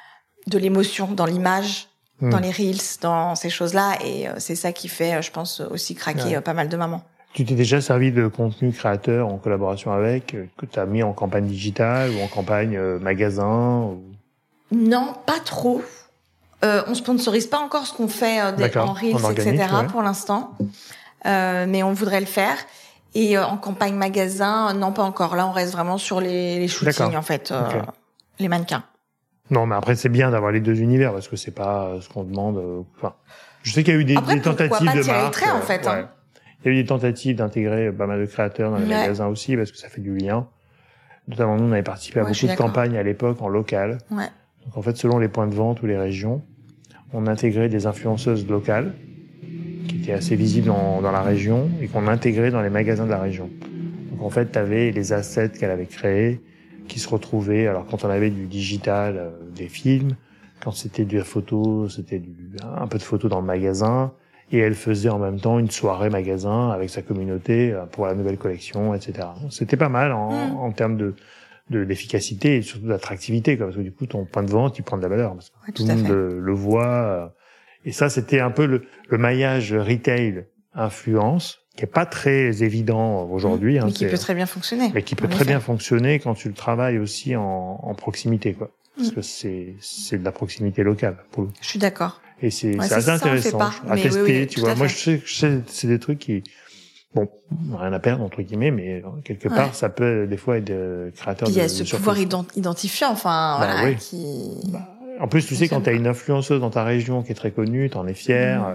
de l'émotion dans l'image, Mm. dans les reels, dans ces choses-là. Et euh, c'est ça qui fait, euh, je pense, aussi craquer Ouais. euh, pas mal de mamans. Tu t'es déjà servi de contenu créateur en collaboration avec, euh, que tu as mis en campagne digitale ou en campagne euh, magasin ou... Non, pas trop. Euh, on sponsorise pas encore ce qu'on fait euh, des, D'accord, en reels, en organique, et cetera ouais. pour l'instant. Euh, mais on voudrait le faire. Et euh, en campagne magasin, non, pas encore. Là, on reste vraiment sur les, les shootings, D'accord. en fait, euh, Ok. les mannequins. Non, mais après c'est bien d'avoir les deux univers parce que c'est pas euh, ce qu'on demande. euh, Enfin, je sais qu'il y a eu des, Après, des pourquoi tentatives pas de tirer le marque. trait, en euh, fait, hein. Il y a eu des tentatives d'intégrer pas mal de créateurs dans les Ouais. magasins aussi parce que ça fait du lien. Notamment nous, on avait participé à Ouais, je beaucoup suis de d'accord. campagnes à l'époque en local. Ouais. Donc en fait, selon les points de vente ou les régions, on intégrait des influenceuses locales qui étaient assez visibles dans, dans la région et qu'on intégrait dans les magasins de la région. Donc en fait, tu avais les assets qu'elle avait créés qui se retrouvaient. Alors quand on avait du digital, euh, des films, quand c'était de la photo, c'était du, un peu de photos dans le magasin. Et elle faisait en même temps une soirée magasin avec sa communauté euh, pour la nouvelle collection, et cetera. Donc, c'était pas mal en, Mm. en termes de de d'efficacité et surtout d'attractivité, quoi, parce que du coup ton point de vente il prend de la valeur parce que Ouais, tout tout le à monde fait. le, le voit euh, et ça c'était un peu le, le maillage retail influence qui est pas très évident aujourd'hui, mais hein, qui c'est- peut très bien fonctionner. mais qui peut en très effet. bien fonctionner quand tu le travailles aussi en, en proximité, quoi, parce Mm. que c'est c'est de la proximité locale pour le coup. Je suis d'accord. Et c'est Ouais, c'est c'est assez ça, on le fait intéressant pas. à Mais tester, oui, oui, tu tout vois. à Moi, fait. je sais que c'est c'est des trucs qui, bon, rien à perdre entre guillemets, mais euh, quelque Ouais. part, ça peut des fois être euh, créateur Puis il de, y a de ce surprises. pouvoir ident- identifiant, enfin, Bah voilà, oui. qui... En plus, tu sais, quand fonctionne, t'as une influenceuse dans ta région qui est très connue, t'en es fier, Mm. euh,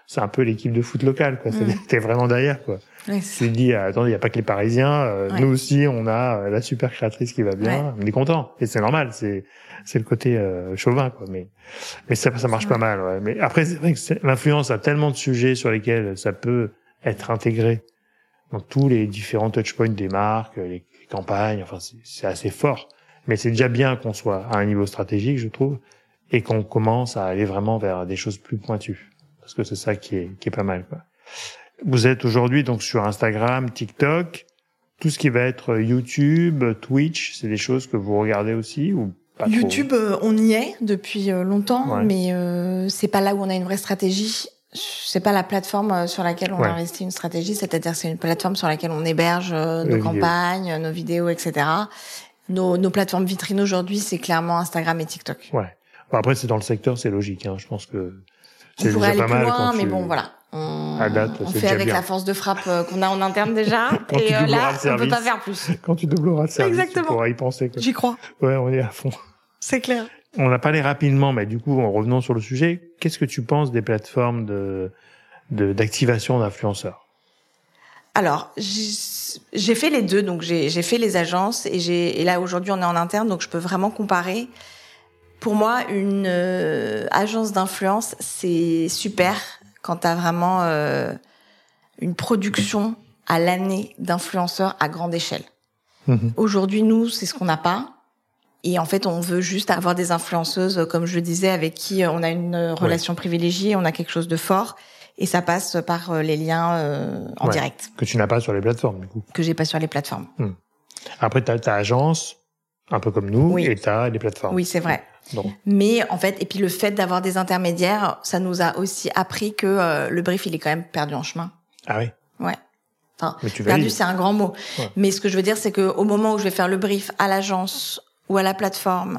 c'est un peu l'équipe de foot locale, quoi. Mmh. T'es vraiment derrière, quoi. Ouais, Tu te dis, attendez, il y a pas que les Parisiens. Euh, ouais. Nous aussi, on a euh, la super créatrice qui va bien. Ouais. On est content. Et c'est normal. C'est c'est le côté euh, chauvin, quoi. Mais mais ça ça marche ouais. pas mal. Ouais. Mais après, c'est vrai que c'est- l'influence a tellement de sujets sur lesquels ça peut être intégré dans tous les différents touchpoints des marques, les, les campagnes. Enfin, c'est, c'est assez fort. Mais c'est déjà bien qu'on soit à un niveau stratégique, je trouve, et qu'on commence à aller vraiment vers des choses plus pointues. Parce que c'est ça qui est qui est pas mal, quoi. Vous êtes aujourd'hui donc sur Instagram, TikTok, tout ce qui va être YouTube, Twitch, c'est des choses que vous regardez aussi ou pas trop? YouTube, euh, on y est depuis euh, longtemps, Ouais. mais euh, c'est pas là où on a une vraie stratégie. C'est pas la plateforme euh, sur laquelle on Ouais. a investi une stratégie, c'est-à-dire c'est une plateforme sur laquelle on héberge euh, Les nos vidéos. campagnes, nos vidéos, et cetera. Nos, nos plateformes vitrines aujourd'hui, c'est clairement Instagram et TikTok. Ouais. Bon, après, c'est dans le secteur, c'est logique. Hein. Je pense que On c'est pourrait déjà aller pas plus mal loin, quand mais tu... bon, voilà. On, À date, on c'est fait déjà avec bien. la force de frappe euh, qu'on a en interne déjà. Quand et tu euh, doubleras là, le on service. peut pas faire plus. Quand tu doubleras le service, Exactement. tu pourras y penser, quoi. J'y crois. Ouais, on est à fond. C'est clair. On a parlé rapidement, mais du coup, en revenant sur le sujet, qu'est-ce que tu penses des plateformes de, de d'activation d'influenceurs? Alors, j'ai j'ai fait les deux, donc j'ai j'ai fait les agences et j'ai et là aujourd'hui on est en interne, donc je peux vraiment comparer. Pour moi, une euh, agence d'influence, c'est super quand t'as vraiment euh, une production à l'année d'influenceurs à grande échelle. Mhm. Aujourd'hui, nous, c'est ce qu'on n'a pas. Et en fait, on veut juste avoir des influenceuses, comme je le disais, avec qui on a une relation privilégiée, on a quelque chose de fort. Et ça passe par euh, les liens euh, en Ouais. direct, Que tu n'as pas sur les plateformes, du coup. que j'ai pas sur les plateformes. Après, t'as ta agence, un peu comme nous, Oui. et t'as les plateformes. Oui, c'est vrai. Donc, Mais en fait, et puis le fait d'avoir des intermédiaires, ça nous a aussi appris que euh, le brief, il est quand même perdu en chemin. ah oui. Ouais. Enfin, Mais tu perdu, valides. c'est un grand mot. Ouais. Mais ce que je veux dire, c'est que au moment où je vais faire le brief à l'agence ou à la plateforme,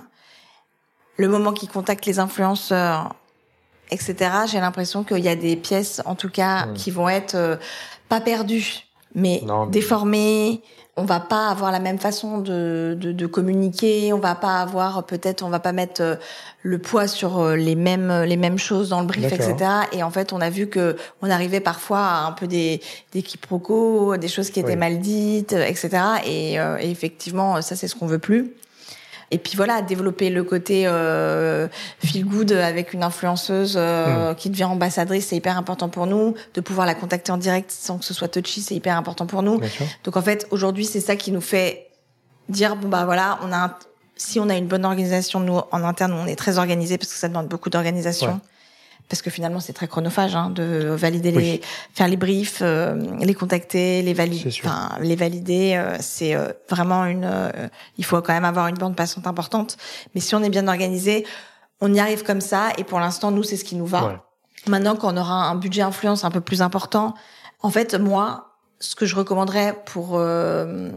le moment qu'ils contactent les influenceurs, et cetera, j'ai l'impression qu'il y a des pièces, en tout cas, Ouais. qui vont être euh, pas perdues, mais, Non, mais- déformées. On va pas avoir la même façon de, de, de communiquer. On va pas avoir, peut-être, on va pas mettre euh, le poids sur euh, les mêmes les mêmes choses dans le brief, et D'accord. cetera. Et en fait, on a vu que on arrivait parfois à un peu des des quiproquos, des choses qui étaient Oui. mal dites, et cetera. Et, euh, et effectivement, ça c'est ce qu'on veut plus. Et puis voilà, développer le côté euh, feel good avec une influenceuse euh, Mm. qui devient ambassadrice, c'est hyper important pour nous. De pouvoir la contacter en direct sans que ce soit touchy, c'est hyper important pour nous. Bien sûr. Donc en fait, aujourd'hui, c'est ça qui nous fait dire bon bah voilà, on a un, si on a une bonne organisation nous en interne, on est très organisé parce que ça demande beaucoup d'organisation. Ouais. Parce que finalement, c'est très chronophage hein, de valider Oui. les, faire les briefs, euh, les contacter, les C'est valider, sûr. enfin les valider. Euh, c'est euh, vraiment une. Euh, il faut quand même avoir une bande passante importante. Mais si on est bien organisé, on y arrive comme ça. Et pour l'instant, nous, c'est ce qui nous va. Ouais. Maintenant, quand on aura un budget influence un peu plus important, en fait, moi, ce que je recommanderais pour euh,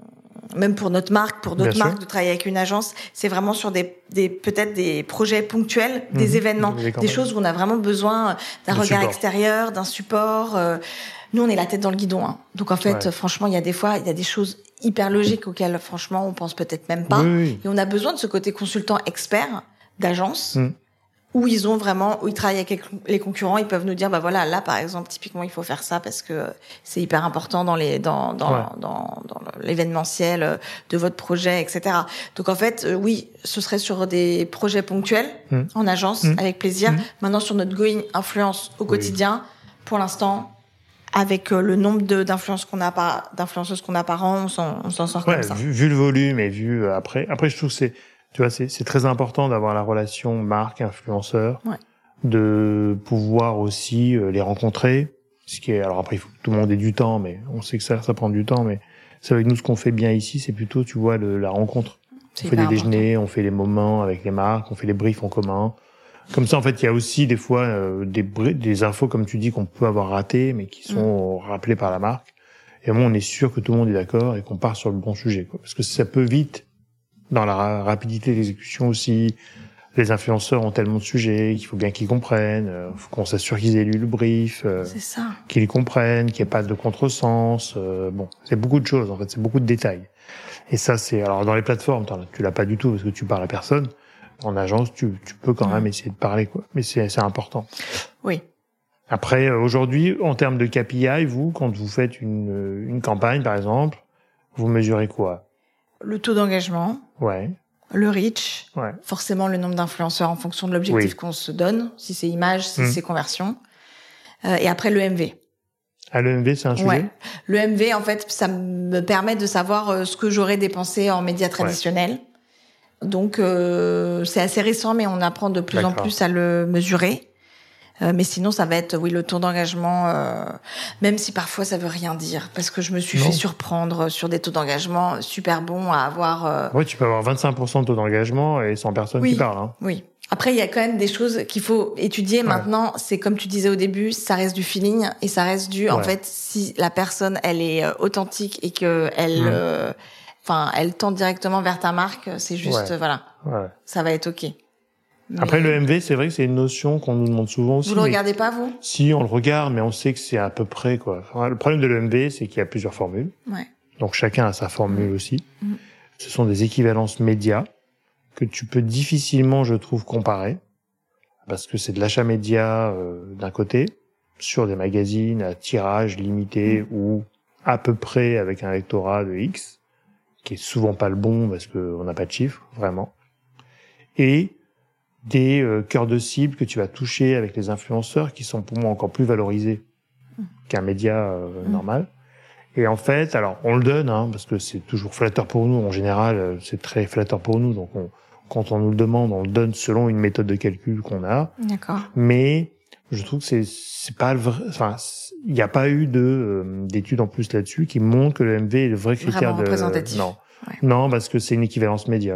même pour notre marque, pour d'autres Bien sûr. marques, de travailler avec une agence, c'est vraiment sur des, des peut-être des projets ponctuels, des Mhm. événements, Des des campagnes. choses où on a vraiment besoin d'un De regard support. extérieur, d'un support. euh, nous, on est la tête dans le guidon. Hein. Donc, en fait, Ouais. franchement, il y a des fois, il y a des choses hyper logiques auxquelles, franchement, on pense peut-être même pas. Oui, oui. Et on a besoin de ce côté consultant expert d'agence Mm. où ils ont vraiment, où ils travaillent avec les concurrents, ils peuvent nous dire, bah voilà, là, par exemple, typiquement, il faut faire ça parce que c'est hyper important dans les, dans, dans, Ouais. dans, dans l'événementiel euh, de votre projet, et cetera. Donc, en fait, euh, oui, ce serait sur des projets ponctuels, Mm. en agence, Mm. avec plaisir. Mm. Maintenant, sur notre going influence au Oui. quotidien, pour l'instant, avec euh, le nombre de, d'influences qu'on a par, d'influenceuses qu'on a par an, on s'en, on s'en sort Ouais, comme ça. vu, vu le volume et vu euh, après, après je trouve que c'est, tu vois, c'est, c'est très important d'avoir la relation marque-influenceur, Ouais. de pouvoir aussi euh, les rencontrer. Ce qui est, alors après, il faut que tout le monde ait du temps, mais on sait que ça, ça prend du temps, mais c'est avec nous ce qu'on fait bien ici, c'est plutôt, tu vois, le, la rencontre. C'est On fait des hyper important. déjeuners, on fait les moments avec les marques, on fait les briefs en commun. Comme ça, en fait, il y a aussi des fois euh, des, bri- des infos, comme tu dis, qu'on peut avoir ratées, mais qui sont rappelées par la marque. Et au moins, on est sûr que tout le monde est d'accord et qu'on part sur le bon sujet, quoi. Parce que ça peut vite, dans la ra- rapidité d'exécution aussi, les influenceurs ont tellement de sujets qu'il faut bien qu'ils comprennent, euh, faut qu'on s'assure qu'ils aient lu le brief, euh, C'est ça. qu'ils comprennent, qu'il n'y ait pas de contresens. Euh, bon, c'est beaucoup de choses, en fait, c'est beaucoup de détails. Et ça, c'est... Alors, dans les plateformes, t'en- tu l'as pas du tout parce que tu parles à personne. En agence, tu, tu peux quand Ouais. même essayer de parler, quoi. Mais c'est, c'est important. Oui. Après, aujourd'hui, en termes de K P I, vous, quand vous faites une, une campagne, par exemple, vous mesurez quoi? Le taux d'engagement. Ouais. Le reach. Ouais. Forcément, le nombre d'influenceurs en fonction de l'objectif oui. qu'on se donne. Si c'est image, si mmh. c'est conversion. Euh, et après, le M V. Ah, le M V, c'est un sujet? Ouais. Le M V, en fait, ça me permet de savoir ce que j'aurais dépensé en médias traditionnels. Ouais. Donc, euh, c'est assez récent, mais on apprend de plus D'accord. en plus à le mesurer. Euh, mais sinon, ça va être, oui, le taux d'engagement, euh, même si parfois ça veut rien dire, parce que je me suis non. fait surprendre sur des taux d'engagement super bons à avoir. Euh... Oui, tu peux avoir vingt-cinq pour cent de taux d'engagement et cent personnes oui. qui parlent. Hein. Oui. Après, il y a quand même des choses qu'il faut étudier. Ouais. Maintenant, c'est comme tu disais au début, ça reste du feeling et ça reste du, ouais. en fait, si la personne, elle est authentique et que elle, mmh. euh, enfin, elle tend directement vers ta marque, c'est juste, ouais. voilà, ouais. ça va être ok. Mais... Après, le M V, c'est vrai que c'est une notion qu'on nous demande souvent aussi. Vous le regardez pas, vous? Si, on le regarde, mais on sait que c'est à peu près, quoi. Enfin, le problème de l'E M V, c'est qu'il y a plusieurs formules. Ouais. Donc, chacun a sa formule mmh. aussi. Mmh. Ce sont des équivalences médias que tu peux difficilement, je trouve, comparer. Parce que c'est de l'achat média, euh, d'un côté, sur des magazines à tirage limité mmh. ou à peu près avec un lectorat de X, qui est souvent pas le bon parce qu'on n'a pas de chiffres, vraiment. Et des euh, cœurs de cible que tu vas toucher avec les influenceurs qui sont pour moi encore plus valorisés mmh. qu'un média euh, mmh. normal. Et en fait, alors on le donne hein, parce que c'est toujours flatteur pour nous. En général, c'est très flatteur pour nous. Donc on, quand on nous le demande, on le donne selon une méthode de calcul qu'on a. D'accord. Mais je trouve que c'est c'est pas le vrai. Enfin, il n'y a pas eu de euh, d'études en plus là-dessus qui montrent que le M V est le vrai critère Vraiment de représentatif. Non, ouais. non, parce que c'est une équivalence média.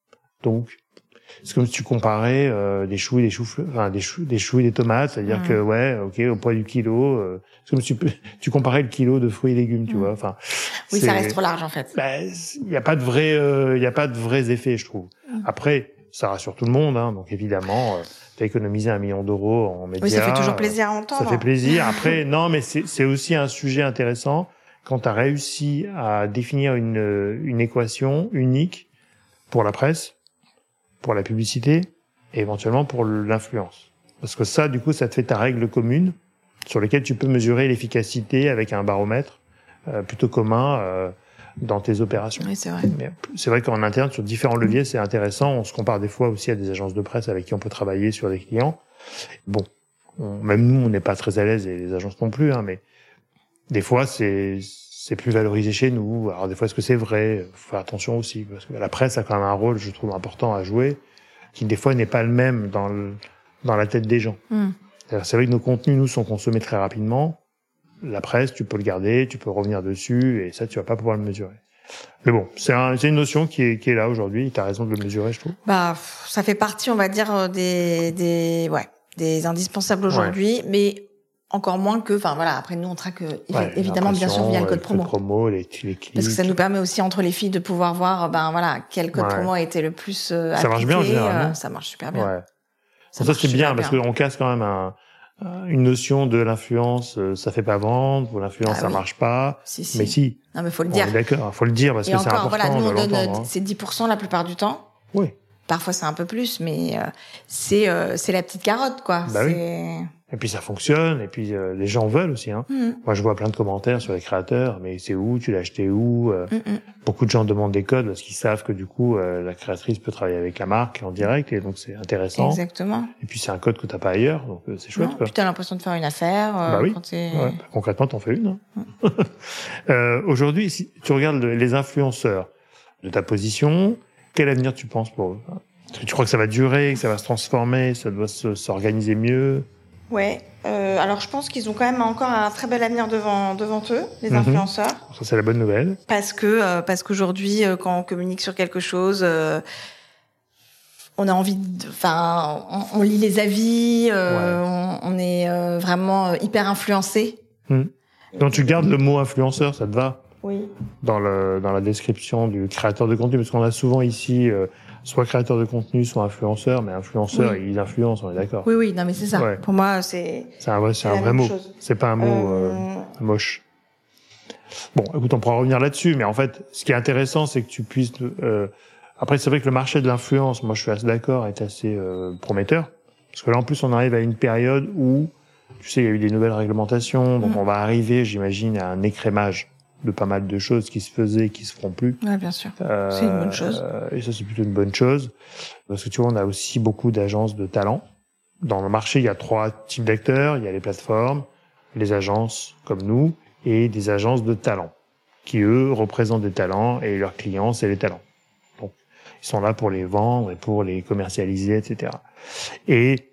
Donc c'est comme si tu comparais euh, des choux et des choux, enfin des choux, des choux et des tomates, c'est-à-dire mmh. que ouais, ok, au poids du kilo, euh, c'est comme si tu, tu comparais le kilo de fruits et légumes, tu mmh. vois. Enfin, oui, ça reste trop large en fait. Il bah, y a pas de vrai, il euh, y a pas de vrais effets, je trouve. Mmh. Après, ça rassure tout le monde, hein, donc évidemment, euh, t'as économisé un million d'euros en médias. Oui, ça fait toujours plaisir à entendre. Ça fait plaisir. Après, non, mais c'est c'est aussi un sujet intéressant quand t'as réussi à définir une une équation unique pour la presse, pour la publicité et éventuellement pour l'influence. Parce que ça, du coup, ça te fait ta règle commune sur laquelle tu peux mesurer l'efficacité avec un baromètre euh, plutôt commun euh, dans tes opérations. Oui, c'est vrai. Mais c'est vrai qu'en interne, sur différents leviers, c'est intéressant. On se compare des fois aussi à des agences de presse avec qui on peut travailler sur des clients. Bon, on, même nous, on n'est pas très à l'aise et les agences non plus, hein, mais des fois, c'est c'est plus valorisé chez nous. Alors des fois, est-ce que c'est vrai? Faut faire attention aussi, parce que la presse a quand même un rôle, je trouve, important à jouer, qui des fois n'est pas le même dans le, dans la tête des gens. Mm. C'est vrai que nos contenus, nous, sont consommés très rapidement. La presse, tu peux le garder, tu peux revenir dessus, et ça, tu vas pas pouvoir le mesurer. Mais bon, c'est un, c'est une notion qui est, qui est là aujourd'hui. T'as raison de le mesurer, je trouve. Bah, ça fait partie, on va dire, des, des, ouais, des indispensables aujourd'hui, ouais. mais encore moins que, enfin voilà, après nous on traque ouais, évidemment bien sûr via le code le promo. Code promo les, les clics. Parce que ça nous permet aussi entre les filles de pouvoir voir, ben voilà, quel code ouais. promo a été le plus euh, ça appliqué. Marche bien, généralement. Euh, ça marche super bien. Ouais. Ça, ça c'est bien, bien parce qu'on casse quand même un, une notion de l'influence, ça fait pas vendre, ou l'influence ah, ça oui. marche pas. Si, si. Mais si. Non mais faut le dire. On est d'accord, faut le dire parce Et que encore, c'est important. Voilà, nous on donne hein. c'est dix pour cent la plupart du temps. Oui. Parfois c'est un peu plus, mais euh, c'est euh, c'est la petite carotte quoi. Bah c'est... oui. Et puis ça fonctionne, et puis euh, les gens veulent aussi. Hein. Mmh. Moi, je vois plein de commentaires sur les créateurs, mais c'est où, tu l'as acheté où euh, mmh. Beaucoup de gens demandent des codes parce qu'ils savent que du coup, euh, la créatrice peut travailler avec la marque en direct, et donc c'est intéressant. Exactement. Et puis c'est un code que t'as pas ailleurs, donc euh, c'est chouette. Non, quoi. Puis t'as l'impression de faire une affaire. Euh, bah oui. Quand t'es... Ouais. Concrètement, t'en fais une. Hein. Mmh. euh, aujourd'hui, si tu regardes les influenceurs de ta position, quel avenir tu penses pour eux? Est-ce que tu crois que ça va durer, que ça va se transformer, ça doit se, s'organiser mieux? Ouais, euh, alors je pense qu'ils ont quand même encore un très bel avenir devant devant eux, les mmh. influenceurs. Ça c'est la bonne nouvelle. Parce que euh, parce qu'aujourd'hui, euh, quand on communique sur quelque chose, euh, on a envie, enfin, on, on lit les avis, euh, ouais. on, on est euh, vraiment hyper influencé. Mmh. Donc tu gardes le mot influenceur, ça te va? Oui. Dans le dans la description du créateur de contenu, parce qu'on a souvent ici. Euh, soit créateur de contenu, soit influenceur, mais influenceur, oui. ils influencent, on est d'accord. Oui, oui, non, mais c'est ça. Ouais. Pour moi, c'est. C'est un, ouais, c'est un vrai mot. Chose. C'est pas un mot euh... Euh, moche. Bon, écoute, on pourra revenir là-dessus, mais en fait, ce qui est intéressant, c'est que tu puisses. Euh... Après, c'est vrai que le marché de l'influence, moi, je suis assez d'accord, est assez euh, prometteur, parce que là, en plus, on arrive à une période où tu sais, il y a eu des nouvelles réglementations, donc mmh. on va arriver, j'imagine, à un écrémage de pas mal de choses qui se faisaient, qui se feront plus. Ouais, bien sûr. Euh, c'est une bonne chose. Euh, et ça, c'est plutôt une bonne chose. Parce que tu vois, on a aussi beaucoup d'agences de talent. Dans le marché, il y a trois types d'acteurs. Il y a les plateformes, les agences comme nous, et des agences de talent, qui eux représentent des talents, et leurs clients, c'est les talents. Donc, ils sont là pour les vendre et pour les commercialiser, et cetera. Et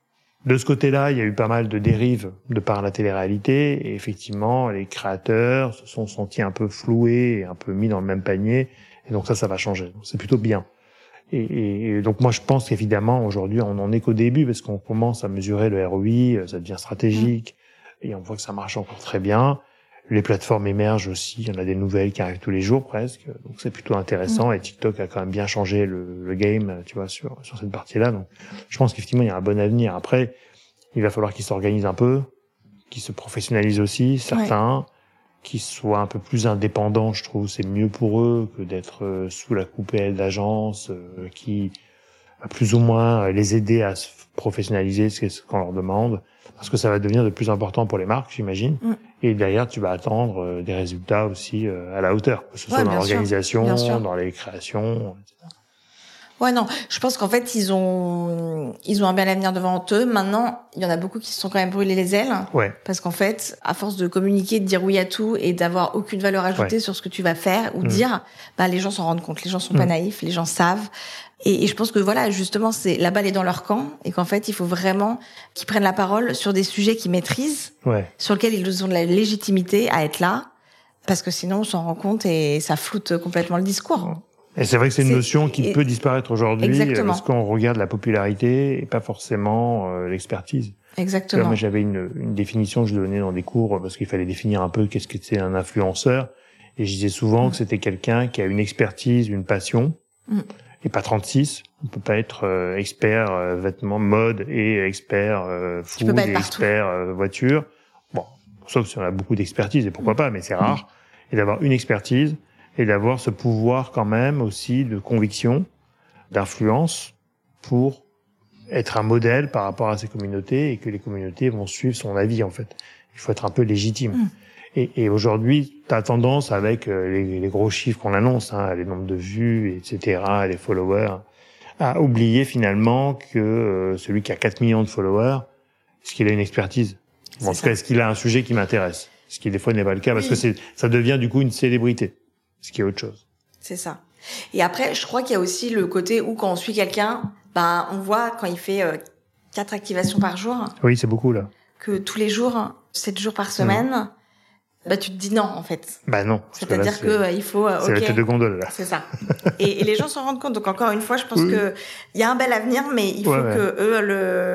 de ce côté-là, il y a eu pas mal de dérives de par la télé-réalité, et effectivement, les créateurs se sont sentis un peu floués et un peu mis dans le même panier, et donc ça, ça va changer. Donc, c'est plutôt bien. Et, et, et donc moi, je pense qu'évidemment, aujourd'hui, on n'en est qu'au début, parce qu'on commence à mesurer le R O I, ça devient stratégique, mmh. et on voit que ça marche encore très bien. Les plateformes émergent aussi, il y en a des nouvelles qui arrivent tous les jours presque, donc c'est plutôt intéressant, mmh. et TikTok a quand même bien changé le, le game, tu vois, sur, sur cette partie-là. Donc je pense qu'effectivement, il y a un bon avenir. Après, il va falloir qu'ils s'organisent un peu, qu'ils se professionnalisent aussi, certains, ouais. qu'ils soient un peu plus indépendants, je trouve, c'est mieux pour eux que d'être euh, sous la coupelle d'agences euh, qui va plus ou moins les aider à se professionnaliser, c'est ce qu'on leur demande, parce que ça va devenir de plus important pour les marques, j'imagine. Mm. Et derrière, tu vas attendre euh, des résultats aussi euh, à la hauteur, que ce soit ouais, dans l'organisation, sûr, dans les créations, et cetera. Ouais, non, je pense qu'en fait, ils ont, ils ont un bel avenir devant eux. Maintenant, il y en a beaucoup qui se sont quand même brûlés les ailes. Ouais. Parce qu'en fait, à force de communiquer, de dire oui à tout et d'avoir aucune valeur ajoutée ouais. sur ce que tu vas faire ou mmh. dire, bah, les gens s'en rendent compte. Les gens sont mmh. pas naïfs, les gens savent. Et, et je pense que voilà, justement, c'est, la balle est dans leur camp et qu'en fait, il faut vraiment qu'ils prennent la parole sur des sujets qu'ils maîtrisent, ouais. sur lesquels ils ont de la légitimité à être là. Parce que sinon, on s'en rend compte et ça floute complètement le discours. Ouais. Et c'est vrai que c'est une c'est, notion qui et, peut disparaître aujourd'hui exactement. parce qu'on regarde la popularité et pas forcément euh, l'expertise. Exactement. Là, moi, j'avais une, une définition que je donnais dans des cours parce qu'il fallait définir un peu qu'est-ce que c'est un influenceur. Et je disais souvent mmh. que c'était quelqu'un qui a une expertise, une passion, mmh. et pas trente-six. On peut pas être euh, expert euh, vêtements, mode et expert euh, food et expert euh, voiture. Bon, sauf si on a beaucoup d'expertise et pourquoi mmh. pas, mais c'est rare. Mmh. Et d'avoir une expertise et d'avoir ce pouvoir quand même aussi de conviction, d'influence pour être un modèle par rapport à ces communautés et que les communautés vont suivre son avis en fait. Il faut être un peu légitime. Mmh. Et, et aujourd'hui, tu as tendance avec les, les gros chiffres qu'on annonce, hein, les nombres de vues, et cetera, les followers, à oublier finalement que euh, celui qui a quatre millions de followers, est-ce qu'il a une expertise ? En tout cas, est-ce qu'il a un sujet qui m'intéresse ? Ce qui des fois n'est pas le cas, parce oui. que c'est, ça devient du coup une célébrité. Ce qui est autre chose. C'est ça. Et après, je crois qu'il y a aussi le côté où quand on suit quelqu'un, ben, on voit quand il fait euh, quatre activations par jour. Oui, c'est beaucoup, là. Que tous les jours, sept jours par semaine, mmh. bah, tu te dis non, en fait. Bah non. C'est-à-dire que, là, que il faut, euh, c'est okay. la tête de gondole, là. C'est ça. et, et les gens s'en rendent compte. Donc, encore une fois, je pense oui. que il y a un bel avenir, mais il faut ouais, ouais. que eux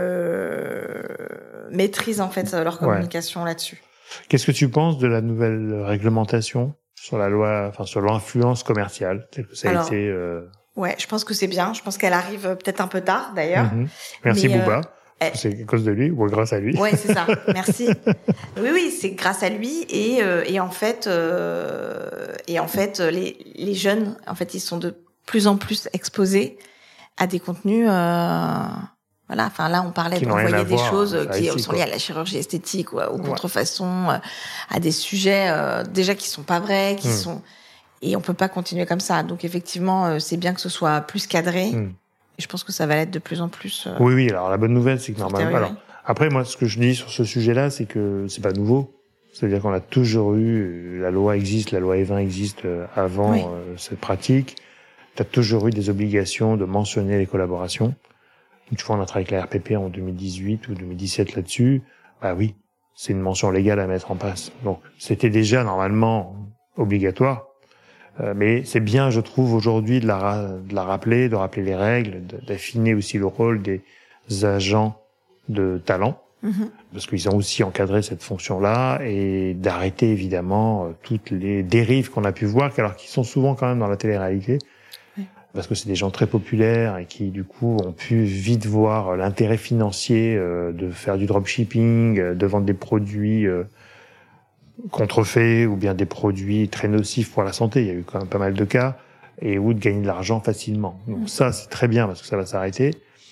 le maîtrisent, en fait, leur communication ouais. là-dessus. Qu'est-ce que tu penses de la nouvelle réglementation sur la loi, enfin sur l'influence commerciale, telle que ça a Alors, été. Euh... Ouais, je pense que c'est bien. Je pense qu'elle arrive peut-être un peu tard, d'ailleurs. Mm-hmm. Merci mais, Booba. Euh, c'est à cause de lui ou grâce à lui. Ouais, c'est ça. Merci. Oui, oui, c'est grâce à lui et euh, et en fait euh, et en fait les les jeunes, en fait, ils sont de plus en plus exposés à des contenus. Euh... Voilà, enfin là on parlait d'envoyer des voir, choses qui ici, sont liées à la chirurgie esthétique ou aux ouais. contrefaçons, à des sujets euh, déjà qui sont pas vrais, qui mmh. sont et on peut pas continuer comme ça. Donc effectivement, c'est bien que ce soit plus cadré. Mmh. Et je pense que ça va l'être de plus en plus. Euh, oui, oui. Alors la bonne nouvelle, c'est que normalement. Alors après, moi, ce que je dis sur ce sujet-là, c'est que c'est pas nouveau. C'est-à-dire qu'on a toujours eu la loi existe, la loi E vingt existe avant oui. euh, cette pratique. T'as toujours eu des obligations de mentionner les collaborations. Tu vois, on a travaillé avec la R P P en deux mille dix-huit ou deux mille dix-sept là-dessus. Bah oui, c'est une mention légale à mettre en place. Donc, c'était déjà normalement obligatoire. Euh, mais c'est bien, je trouve, aujourd'hui de la, de la rappeler, de rappeler les règles, de, d'affiner aussi le rôle des agents de talent. Mm-hmm. Parce qu'ils ont aussi encadré cette fonction-là et d'arrêter évidemment toutes les dérives qu'on a pu voir, alors qu'ils sont souvent quand même dans la télé-réalité. Parce que c'est des gens très populaires et qui, du coup, ont pu vite voir l'intérêt financier euh, de faire du dropshipping, euh, de vendre des produits euh, contrefaits ou bien des produits très nocifs pour la santé. Il y a eu quand même pas mal de cas. Et ou de gagner de l'argent facilement. Donc ça, c'est très bien parce que ça va s'arrêter.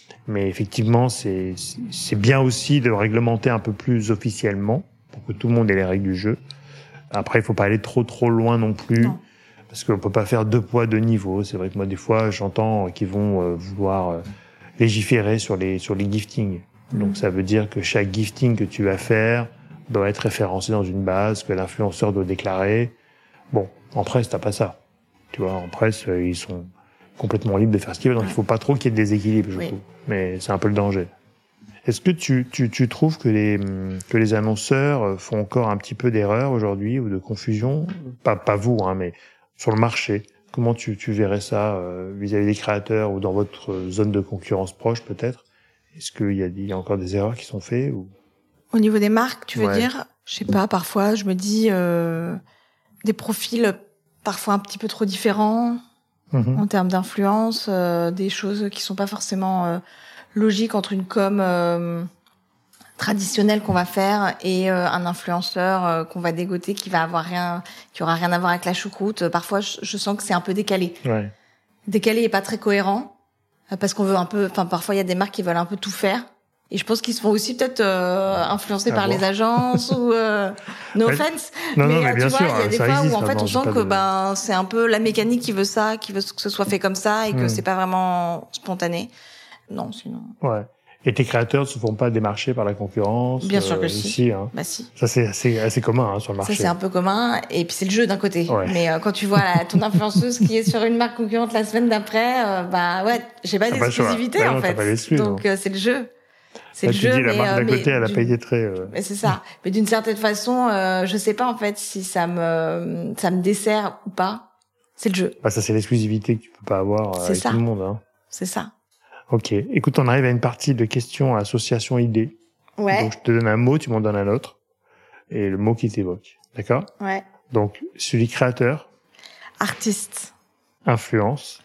Mais effectivement, c'est, c'est bien aussi de réglementer un peu plus officiellement pour que tout le monde ait les règles du jeu. Après, il faut pas aller trop trop loin non plus. Non. Parce qu'on peut pas faire deux poids, deux niveaux. C'est vrai que moi, des fois, j'entends qu'ils vont euh, vouloir euh, légiférer sur les, sur les giftings. Mmh. Donc, ça veut dire que chaque gifting que tu vas faire doit être référencé dans une base, que l'influenceur doit déclarer. Bon, en presse, t'as pas ça. Tu vois, en presse, euh, ils sont complètement libres de faire ce qu'ils veulent. Donc, il faut pas trop qu'il y ait de déséquilibre, je oui. trouve. Mais c'est un peu le danger. Est-ce que tu, tu, tu trouves que les, que les annonceurs font encore un petit peu d'erreur aujourd'hui ou de confusion? Pas, pas vous, hein, mais sur le marché. Comment tu, tu verrais ça euh, vis-à-vis des créateurs ou dans votre zone de concurrence proche peut-être? Est-ce qu'il y a, il y a encore des erreurs qui sont faites ou... Au niveau des marques, tu veux ouais. dire? Je sais pas, parfois je me dis euh, des profils parfois un petit peu trop différents mmh. en termes d'influence, euh, des choses qui sont pas forcément euh, logiques entre une com euh, traditionnelle qu'on va faire et euh, un influenceur euh, qu'on va dégoter qui va avoir rien, qui aura rien à voir avec la choucroute. Parfois, je, je sens que c'est un peu décalé, ouais. décalé et pas très cohérent euh, parce qu'on veut un peu. Enfin, parfois il y a des marques qui veulent un peu tout faire. Et je pense qu'ils se font aussi peut-être euh, influencer ah par bon. les agences ou euh, no offense. Non, mais, non, mais bien tu vois, sûr, il y a des fois existe, où en fait on sent que de... ben c'est un peu la mécanique qui veut ça, qui veut que ce soit fait comme ça et que mmh. c'est pas vraiment spontané. Non, sinon. Ouais. Et tes créateurs ne se font pas démarcher par la concurrence? Bien sûr que euh, si. Ici, hein. Bah si. Ça c'est assez, assez commun hein, sur le marché. Ça c'est un peu commun et puis c'est le jeu d'un côté. Ouais. Mais euh, quand tu vois la, ton influenceuse qui est sur une marque concurrente la semaine d'après, euh, bah ouais, j'ai pas d'exclusivité bah en non, fait. Pas Donc euh, c'est le jeu. C'est Là, le tu jeu, dis, la mais, marque d'à euh, côté, elle a payé très. Euh... Mais c'est ça. Mais d'une certaine façon, euh, je sais pas en fait si ça me ça me dessert ou pas. C'est le jeu. Bah ça c'est l'exclusivité que tu peux pas avoir euh, avec ça. tout le monde. Hein. C'est ça. Ok. Écoute, on arrive à une partie de questions association idées. Ouais. Donc je te donne un mot, tu m'en donnes un autre, et le mot qui t'évoque. D'accord? Ouais. Donc celui créateur. Artiste. Influence.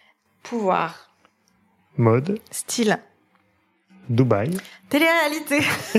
Pouvoir. Mode. Style. Dubaï. Télé-réalité.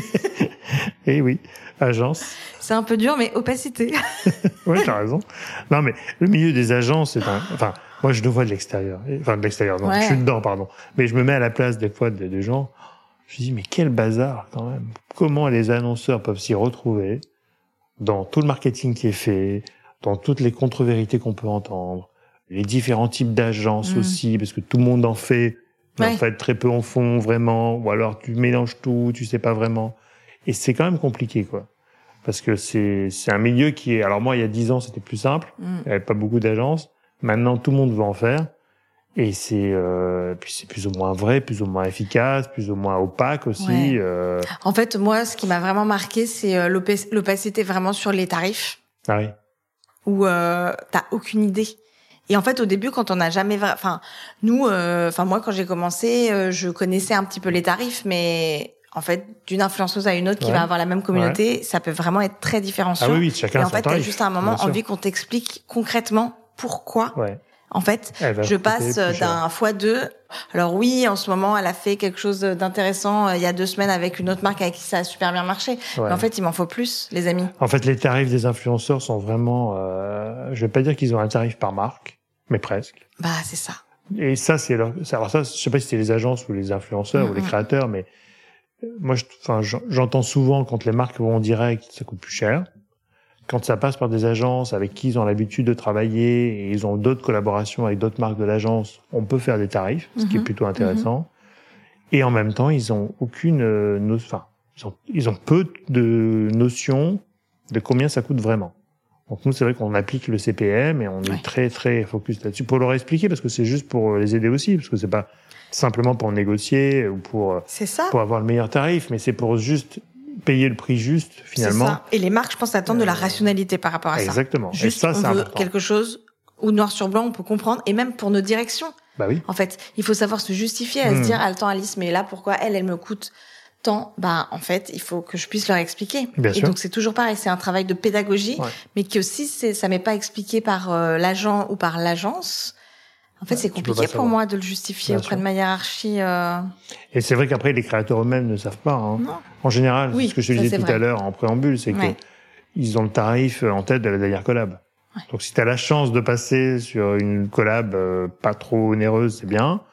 Eh oui, agence. C'est un peu dur, mais opacité. Oui, t'as raison. Non, mais le milieu des agences, c'est un... Enfin, moi, je le vois de l'extérieur. Enfin, de l'extérieur, non, ouais. je suis dedans, pardon. Mais je me mets à la place, des fois, des, des gens. Je me dis, mais quel bazar, quand même. Comment les annonceurs peuvent s'y retrouver dans tout le marketing qui est fait, dans toutes les contre-vérités qu'on peut entendre, les différents types d'agences mmh. aussi, parce que tout le monde en fait... Ouais. En fait, très peu en font vraiment, ou alors tu mélanges tout, tu sais pas vraiment. Et c'est quand même compliqué, quoi. Parce que c'est, c'est un milieu qui est, alors moi, il y a dix ans, c'était plus simple. Mm. Il y avait pas beaucoup d'agences. Maintenant, tout le monde veut en faire. Et c'est, euh, puis c'est plus ou moins vrai, plus ou moins efficace, plus ou moins opaque aussi. Ouais. Euh... En fait, moi, ce qui m'a vraiment marqué, c'est l'opacité vraiment sur les tarifs. Ah oui. Où, euh, t'as aucune idée. Et en fait, au début, quand on n'a jamais, enfin, nous, euh, enfin moi, quand j'ai commencé, euh, je connaissais un petit peu les tarifs, mais en fait, d'une influenceuse à une autre qui ouais. va avoir la même communauté, ouais. ça peut vraiment être très différenciant. Ah oui, oui, chacun Et en son fait, tarif. t'as juste à un moment envie qu'on t'explique concrètement pourquoi. Ouais. En fait, je passe d'un fois deux. Alors oui, en ce moment, elle a fait quelque chose d'intéressant euh, il y a deux semaines avec une autre marque avec qui ça a super bien marché. Ouais. Mais en fait, il m'en faut plus, les amis. En fait, les tarifs des influenceurs sont vraiment, euh, je vais pas dire qu'ils ont un tarif par marque. Mais presque. Bah, c'est ça. Et ça, c'est leur, alors ça, je sais pas si c'est les agences ou les influenceurs mmh. ou les créateurs, mais moi, je, enfin, j'entends souvent quand les marques vont en direct, ça coûte plus cher. Quand ça passe par des agences avec qui ils ont l'habitude de travailler et ils ont d'autres collaborations avec d'autres marques de l'agence, on peut faire des tarifs, ce mmh. qui est plutôt intéressant. Mmh. Et en même temps, ils ont aucune, euh, no, enfin, ils ont, ils ont peu de notions de combien ça coûte vraiment. Donc nous, c'est vrai qu'on applique le C P M et on ouais. est très, très focus là-dessus pour leur expliquer, parce que c'est juste pour les aider aussi, parce que c'est pas simplement pour négocier ou pour, c'est ça. pour avoir le meilleur tarif, mais c'est pour juste payer le prix juste, finalement. C'est ça. Et les marques, je pense, attendent euh... de la rationalité par rapport à ça. Exactement. Juste, et ça, on c'est veut important. quelque chose où noir sur blanc, on peut comprendre, et même pour nos directions. Bah oui. En fait, il faut savoir se justifier, à mmh. se dire, ah, attends, Alice, mais là, pourquoi elle, elle me coûte tant, bah en fait, il faut que je puisse leur expliquer. Bien et sûr. donc c'est toujours pareil, c'est un travail de pédagogie, ouais. mais qui aussi c'est, ça m'est pas expliqué par euh, l'agent ou par l'agence. En fait, ouais, c'est compliqué pour moi de le justifier Bien auprès sûr. de ma hiérarchie. Euh... Et c'est vrai qu'après les créateurs eux-mêmes ne savent pas. Hein. Non. En général, oui, ce que je te disais tout vrai. à l'heure en préambule, c'est ouais. que ils ont le tarif en tête de la dernière collab. Ouais. Donc si tu as la chance de passer sur une collab euh, pas trop onéreuse, c'est bien.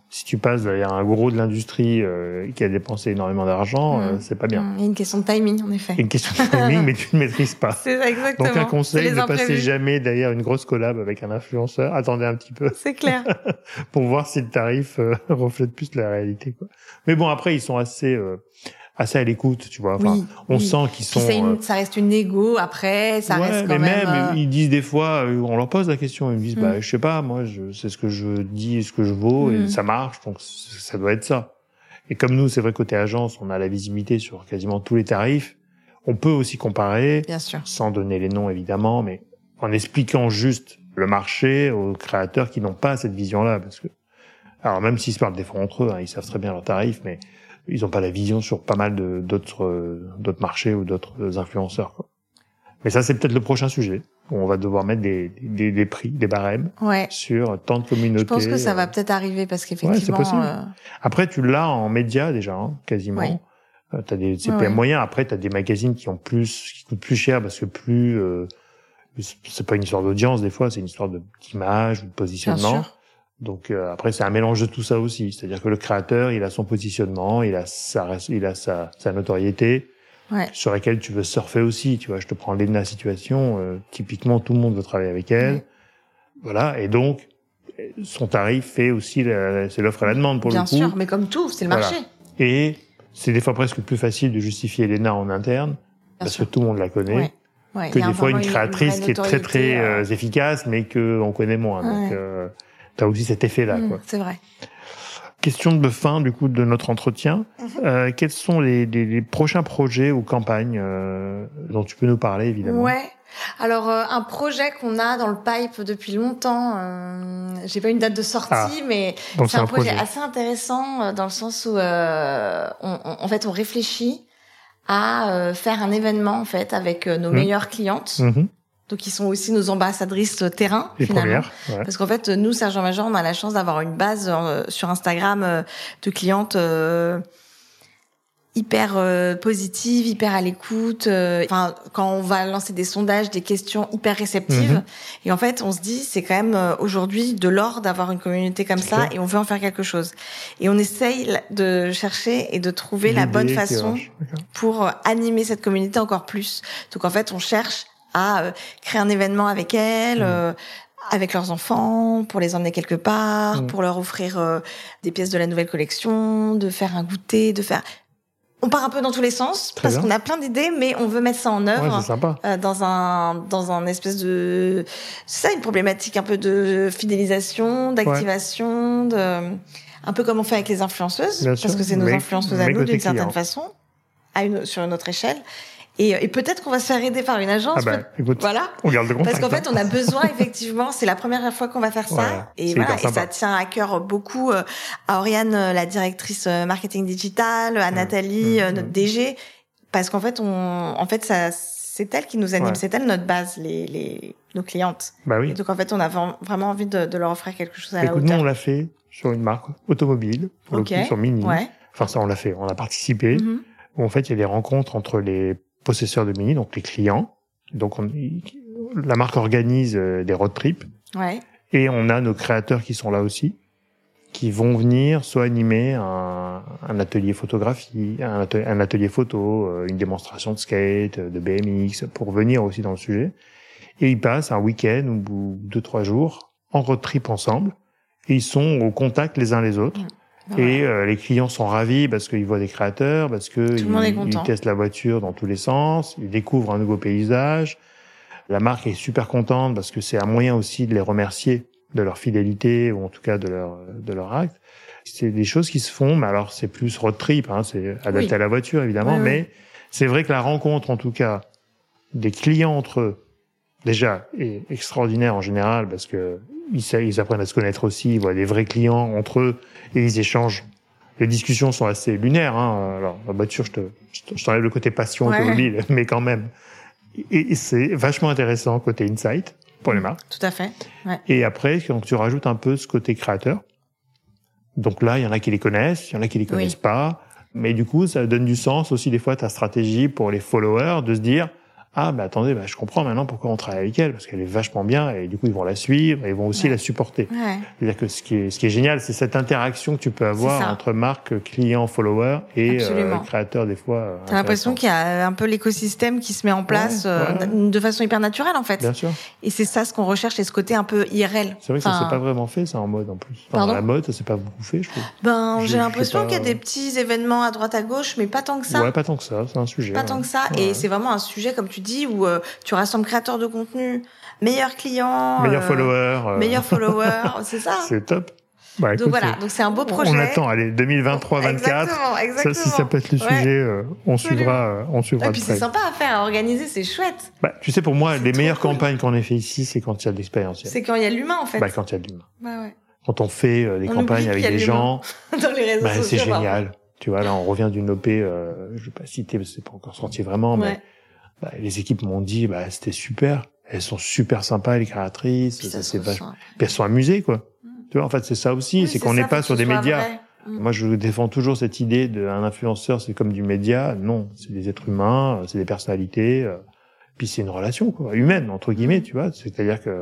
Si tu passes derrière un gros de l'industrie euh, qui a dépensé énormément d'argent, mmh. euh, c'est pas bien. Il y a une question de timing, en effet. Il y a une question de timing, mais tu ne maîtrises pas. C'est ça, exactement. Donc un conseil, ne passez jamais derrière une grosse collab avec un influenceur. Attendez un petit peu. C'est clair. Pour voir si le tarif euh, reflète plus la réalité, quoi. Mais bon, après, ils sont assez... Euh, assez à l'écoute, tu vois. Enfin, oui, on oui. sent qu'ils sont. Une, euh... ça reste une négo. Après, ça ouais, reste quand mais même. même euh... ils disent des fois, on leur pose la question, ils me disent, mm. bah, je sais pas, moi, je, c'est ce que je dis, ce que je vaux, mm. et ça marche, donc ça doit être ça. Et comme nous, c'est vrai côté agence, on a la visibilité sur quasiment tous les tarifs. On peut aussi comparer, bien sûr, sans donner les noms évidemment, mais en expliquant juste le marché aux créateurs qui n'ont pas cette vision-là, parce que, alors même s'ils se parlent des fois entre eux, hein, ils savent très bien leurs tarifs, mais ils n'ont pas la vision sur pas mal de, d'autres, euh, d'autres marchés ou d'autres influenceurs, quoi. Mais ça, c'est peut-être le prochain sujet, où on va devoir mettre des, des, des prix, des barèmes, ouais. sur tant de communautés. Je pense que ça euh... va peut-être arriver, parce qu'effectivement... Ouais, c'est possible. Euh... Après, tu l'as en médias, déjà, hein, quasiment. Ouais. Euh, t'as des C P M ouais. moyens. Après, t'as des magazines qui ont plus, qui coûtent plus cher, parce que plus, euh, c'est pas une histoire d'audience, des fois, c'est une histoire de, d'image ou de positionnement. Bien sûr. Donc euh, après c'est un mélange de tout ça aussi, c'est-à-dire que le créateur il a son positionnement, il a sa il a sa sa notoriété ouais. sur laquelle tu veux surfer aussi, tu vois. Je te prends Lena Situation, euh, typiquement tout le monde veut travailler avec elle, ouais. voilà, et donc son tarif fait aussi la, c'est l'offre et la demande pour Bien le coup. Bien sûr, mais comme tout, c'est le marché. Voilà. Et c'est des fois presque plus facile de justifier Lena en interne Bien parce sûr. que tout le monde la connaît. Ouais. Ouais, que des fois une créatrice une qui est très très euh... efficace mais que on connaît moins. Ouais. Donc euh, t'as aussi cet effet-là, mmh, quoi. C'est vrai. Question de fin, du coup, de notre entretien. Mmh. Euh, quels sont les, les, les prochains projets ou campagnes euh, dont tu peux nous parler, évidemment? Ouais. Alors, euh, un projet qu'on a dans le pipe depuis longtemps, euh, j'ai pas une date de sortie, ah, mais c'est, c'est un, un projet, projet assez intéressant euh, dans le sens où, euh, on, on, en fait, on réfléchit à euh, faire un événement, en fait, avec euh, nos mmh. meilleures clientes. Mmh. Donc, ils sont aussi nos ambassadrices terrain, les finalement. Premières, ouais. Parce qu'en fait, nous, Sergent Major, on a la chance d'avoir une base euh, sur Instagram euh, de clientes euh, hyper euh, positives, hyper à l'écoute. Euh, enfin, quand on va lancer des sondages, des questions hyper réceptives. Mm-hmm. Et en fait, on se dit, c'est quand même euh, aujourd'hui de l'or d'avoir une communauté comme c'est ça, clair. Et on veut en faire quelque chose. Et on essaye de chercher et de trouver L'idée la bonne façon pour animer cette communauté encore plus. Donc, en fait, on cherche à euh, créer un événement avec elles, mmh. euh, avec leurs enfants, pour les emmener quelque part, mmh. pour leur offrir euh, des pièces de la nouvelle collection, de faire un goûter, de faire... On part un peu dans tous les sens, Très parce bien. qu'on a plein d'idées, mais on veut mettre ça en œuvre ouais, c'est sympa. Euh, dans un dans un espèce de... C'est ça, une problématique un peu de fidélisation, d'activation, ouais. de... un peu comme on fait avec les influenceuses, bien parce sûr. que c'est nos mais, influenceuses à nous, d'une certaine client. façon, à une, sur une autre échelle. Et, et peut-être qu'on va se faire aider par une agence. Ah bah, écoute, voilà. On garde le contact. Parce qu'en fait, on a besoin, effectivement, c'est la première fois qu'on va faire ça. Voilà, et voilà, et ça tient à cœur beaucoup euh, à Oriane, la directrice marketing digital, à mmh, Nathalie, mmh, euh, notre mmh. D G. Parce qu'en fait, on, en fait, ça, c'est elle qui nous anime, ouais. c'est elle notre base, les, les, nos clientes. Bah oui. Et donc, en fait, on a vraiment envie de, de leur offrir quelque chose à Écoute, la hauteur. Nous, on l'a fait sur une marque automobile, pour okay. le coup, sur Mini. Ouais. Enfin, ça, on l'a fait. On a participé. Mmh. Où, en fait, il y a des rencontres entre les possesseurs de Mini, donc les clients. Donc, on, la marque organise euh, des road trips. Ouais. Et on a nos créateurs qui sont là aussi, qui vont venir soit animer un, un atelier photographie, un atelier, un atelier photo, euh, une démonstration de skate, de B M X, pour venir aussi dans le sujet. Et ils passent un week-end ou deux, trois jours en road trip ensemble. Et ils sont au contact les uns les autres. Mmh. Ouais. Et euh, les clients sont ravis parce qu'ils voient des créateurs, parce que ils, ils testent la voiture dans tous les sens, ils découvrent un nouveau paysage. La marque est super contente parce que c'est un moyen aussi de les remercier de leur fidélité ou en tout cas de leur de leur acte. C'est des choses qui se font, mais alors c'est plus road trip, hein, c'est adapté oui. à la voiture évidemment, oui, mais oui. c'est vrai que la rencontre en tout cas des clients entre eux déjà est extraordinaire en général parce que Ils, ils apprennent à se connaître aussi, ils voient des vrais clients entre eux et ils échangent. Les discussions sont assez lunaires. Hein. Alors, la voiture, je, te, je t'enlève le côté passion ouais. automobile, mais quand même. Et, et c'est vachement intéressant côté insight pour les marques. Tout à fait. Ouais. Et après, donc, tu rajoutes un peu ce côté créateur. Donc là, il y en a qui les connaissent, il y en a qui les connaissent oui. pas. Mais du coup, ça donne du sens aussi des fois à ta stratégie pour les followers de se dire ah, bah attendez, bah, je comprends maintenant pourquoi on travaille avec elle, parce qu'elle est vachement bien, et du coup, ils vont la suivre, et ils vont aussi ouais. la supporter. Ouais. C'est-à-dire que ce qui est, ce qui est génial, c'est cette interaction que tu peux avoir entre marque, client, follower, et euh, créateur, des fois. T'as l'impression qu'il y a un peu l'écosystème qui se met en place ouais, ouais. Euh, de façon hyper naturelle, en fait. Bien sûr. Et c'est ça ce qu'on recherche, c'est ce côté un peu I R L. C'est vrai que enfin... ça s'est pas vraiment fait, ça, en mode, en plus. Enfin, Pardon dans la mode, ça s'est pas beaucoup fait, je trouve. Ben, j'ai, j'ai l'impression pas... qu'il y a des petits événements à droite à gauche, mais pas tant que ça. Ouais, pas tant que ça, c'est un sujet. Pas ouais. tant que ça, ouais. et c'est vraiment un sujet, comme tu dis, où euh, tu rassembles créateurs de contenu, meilleurs clients, meilleurs euh, followers, euh... meilleurs followers, c'est ça. C'est top. Bah, écoute, donc voilà, donc c'est un beau projet. On attend, allez, deux mille vingt-trois vingt-quatre. Exactement, exactement. Ça, si ça peut être le sujet, ouais. euh, on suivra, euh, on suivra. Et puis c'est sympa à faire, à organiser, c'est chouette. Bah, tu sais, pour moi, c'est les meilleures cool. campagnes qu'on ait fait ici, c'est quand il y a de l'expérientiel. C'est quand il y a l'humain, en fait. Bah, quand il y a de l'humain. Bah ouais. Quand on fait euh, des on campagnes avec des gens, dans les réseaux bah, sociaux, c'est génial. Tu vois, là, on revient d'une O P, euh, je vais pas citer parce que c'est pas encore sorti vraiment, ouais. mais bah, les équipes m'ont dit, bah, c'était super. Elles sont super sympas, les créatrices. Puis ça, c'est vachement. Simple. Puis elles sont amusées, quoi. Mm. Tu vois, en fait, c'est ça aussi, oui, c'est, c'est qu'on n'est pas sur des médias. Mm. Moi, je défends toujours cette idée d'un influenceur, c'est comme du média. Non, c'est des êtres humains, c'est des personnalités. Euh, puis c'est une relation, quoi, humaine, entre guillemets, tu vois. C'est-à-dire que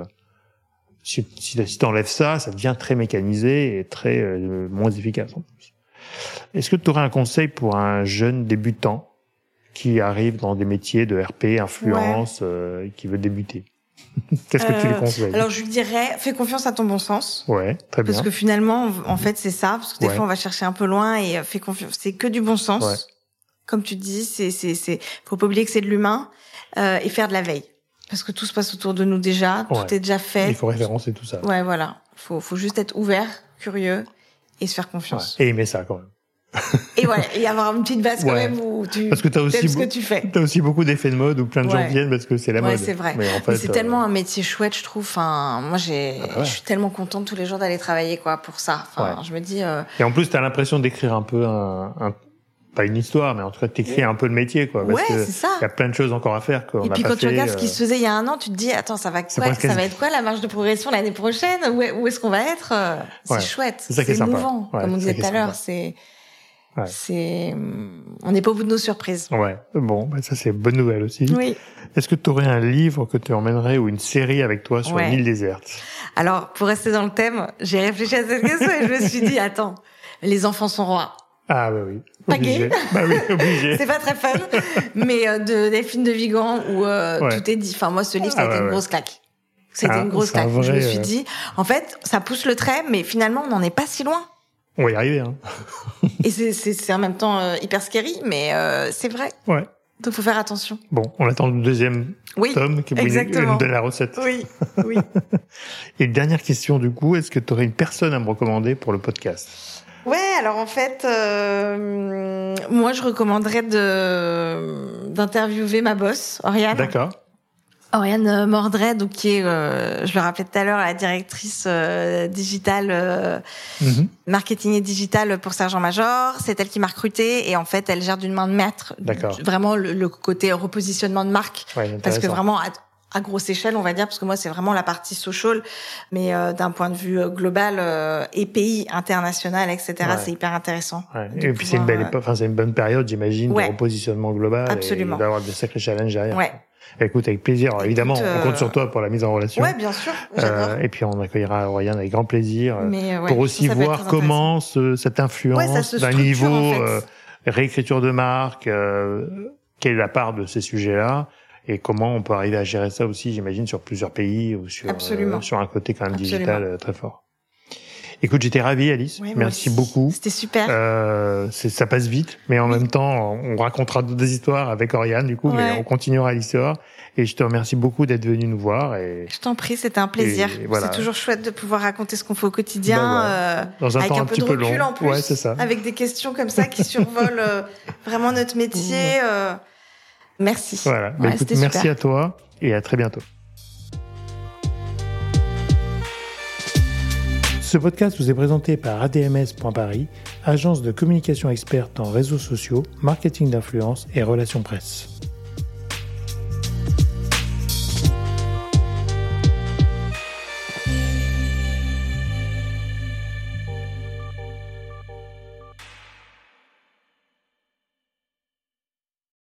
si, si, si t'enlèves ça, ça devient très mécanisé et très euh, moins efficace, en plus. Est-ce que tu aurais un conseil pour un jeune débutant qui arrive dans des métiers de R P, influence, ouais. euh, qui veut débuter? Qu'est-ce que euh, tu lui conseilles? Alors, je lui dirais, fais confiance à ton bon sens. Ouais, très bien. Parce que finalement, en fait, c'est ça. Parce que des ouais. fois, on va chercher un peu loin et fais confiance. C'est que du bon sens. Ouais. Comme tu dis, c'est, c'est, c'est, faut pas oublier que c'est de l'humain, euh, et faire de la veille. Parce que tout se passe autour de nous déjà. Ouais. Tout est déjà fait. Il faut référencer tout ça. Ouais, voilà. Faut, faut juste être ouvert, curieux et se faire confiance. Ouais. Et aimer ça, quand même. Et voilà, et avoir une petite base quand ouais. même où tu parce que t'as aussi ce que tu fais. T'as aussi beaucoup d'effets de mode où plein de gens ouais. viennent parce que c'est la ouais, mode. C'est vrai. Mais, en fait, Mais c'est euh... tellement un métier chouette, je trouve. Enfin, moi, j'ai, ah ouais. je suis tellement contente tous les jours d'aller travailler, quoi, pour ça. Enfin, ouais. je me dis. Euh... Et en plus, t'as l'impression d'écrire un peu un, un, pas une histoire, mais en tout cas, t'écris un peu le métier, quoi. Parce ouais, que c'est ça. Il y a plein de choses encore à faire, quoi. Et puis quand tu regardes ce qui se faisait il y a un an, tu te dis, attends, ça va quoi, ça quasi... va être quoi la marge de progression l'année prochaine? Où, est, où est-ce qu'on va être? C'est ouais. chouette. C'est, ça qui est sympa. Mouvant, ouais, comme on disait tout à l'heure. C'est. Ouais. C'est, on n'est pas au bout de nos surprises. Ouais. Bon, bah ça c'est bonne nouvelle aussi. Oui. Est-ce que tu aurais un livre que tu emmènerais ou une série avec toi sur ouais. une île déserte? Alors, pour rester dans le thème, j'ai réfléchi à cette question et je me suis dit, attends, les enfants sont rois. Ah bah oui. Obligé. Bah oui, obligé. C'est pas très fun, mais euh, de Delphine de Vigan où euh, ouais. tout est dit. Enfin, moi, ce livre, ça a ah été ouais, une grosse claque. C'était ah, une grosse claque. Vrai, je me suis dit, en fait, ça pousse le trait, mais finalement, on n'en est pas si loin. On va y arriver, hein. Et c'est, c'est, c'est en même temps euh, hyper scary, mais euh, c'est vrai. Ouais. Donc, faut faire attention. Bon, on attend le deuxième oui, tome qui vous nous donne la recette. Oui, oui. Et dernière question, du coup, est-ce que tu aurais une personne à me recommander pour le podcast? Ouais, alors en fait, euh, moi, je recommanderais de, d'interviewer ma boss, Oriane. D'accord. Oriane Mordret, donc qui est, euh, je le rappelais tout à l'heure, la directrice euh, digitale, euh, mm-hmm. marketing et digital pour Sergent Major. C'est elle qui m'a recrutée et en fait, elle gère d'une main de maître. D'accord. Vraiment le, le côté repositionnement de marque, ouais, parce que vraiment à, à grosse échelle, on va dire, parce que moi c'est vraiment la partie social, mais euh, d'un point de vue global euh, et pays international, et cetera. Ouais. C'est hyper intéressant. Ouais. Et puis pouvoir, c'est une belle, époque, enfin c'est une bonne période, j'imagine, ouais. de repositionnement global. Absolument. Et d'avoir des sacrés challenges derrière. Ouais. Écoute, avec plaisir. Alors, évidemment, Écoute, euh... on compte sur toi pour la mise en relation. Ouais, bien sûr. J'adore. Euh, et puis, on accueillera Oriane avec grand plaisir Mais, ouais, pour aussi voir comment ce, cette influence ouais, d'un niveau en fait. euh, réécriture de marque, euh, quelle est la part de ces sujets-là et comment on peut arriver à gérer ça aussi, j'imagine, sur plusieurs pays ou sur euh, sur un côté quand même Absolument. digital euh, très fort. Écoute, j'étais ravi, Alice. Oui, Merci beaucoup. C'était super. Euh, c'est, ça passe vite, mais en oui. même temps, on racontera des histoires avec Oriane, du coup, ouais. mais on continuera l'histoire. Et je te remercie beaucoup d'être venu nous voir. Et je t'en prie, c'était un plaisir. Voilà. C'est toujours chouette de pouvoir raconter ce qu'on fait au quotidien, ben ouais. euh, dans un avec temps un, un peu petit de peu recul long. en plus, ouais, c'est ça. avec des questions comme ça qui survolent euh, vraiment notre métier. Euh... Merci. Voilà. Ben ouais, écoute, merci super. à toi et à très bientôt. Ce podcast vous est présenté par A D M S point Paris, agence de communication experte en réseaux sociaux, marketing d'influence et relations presse.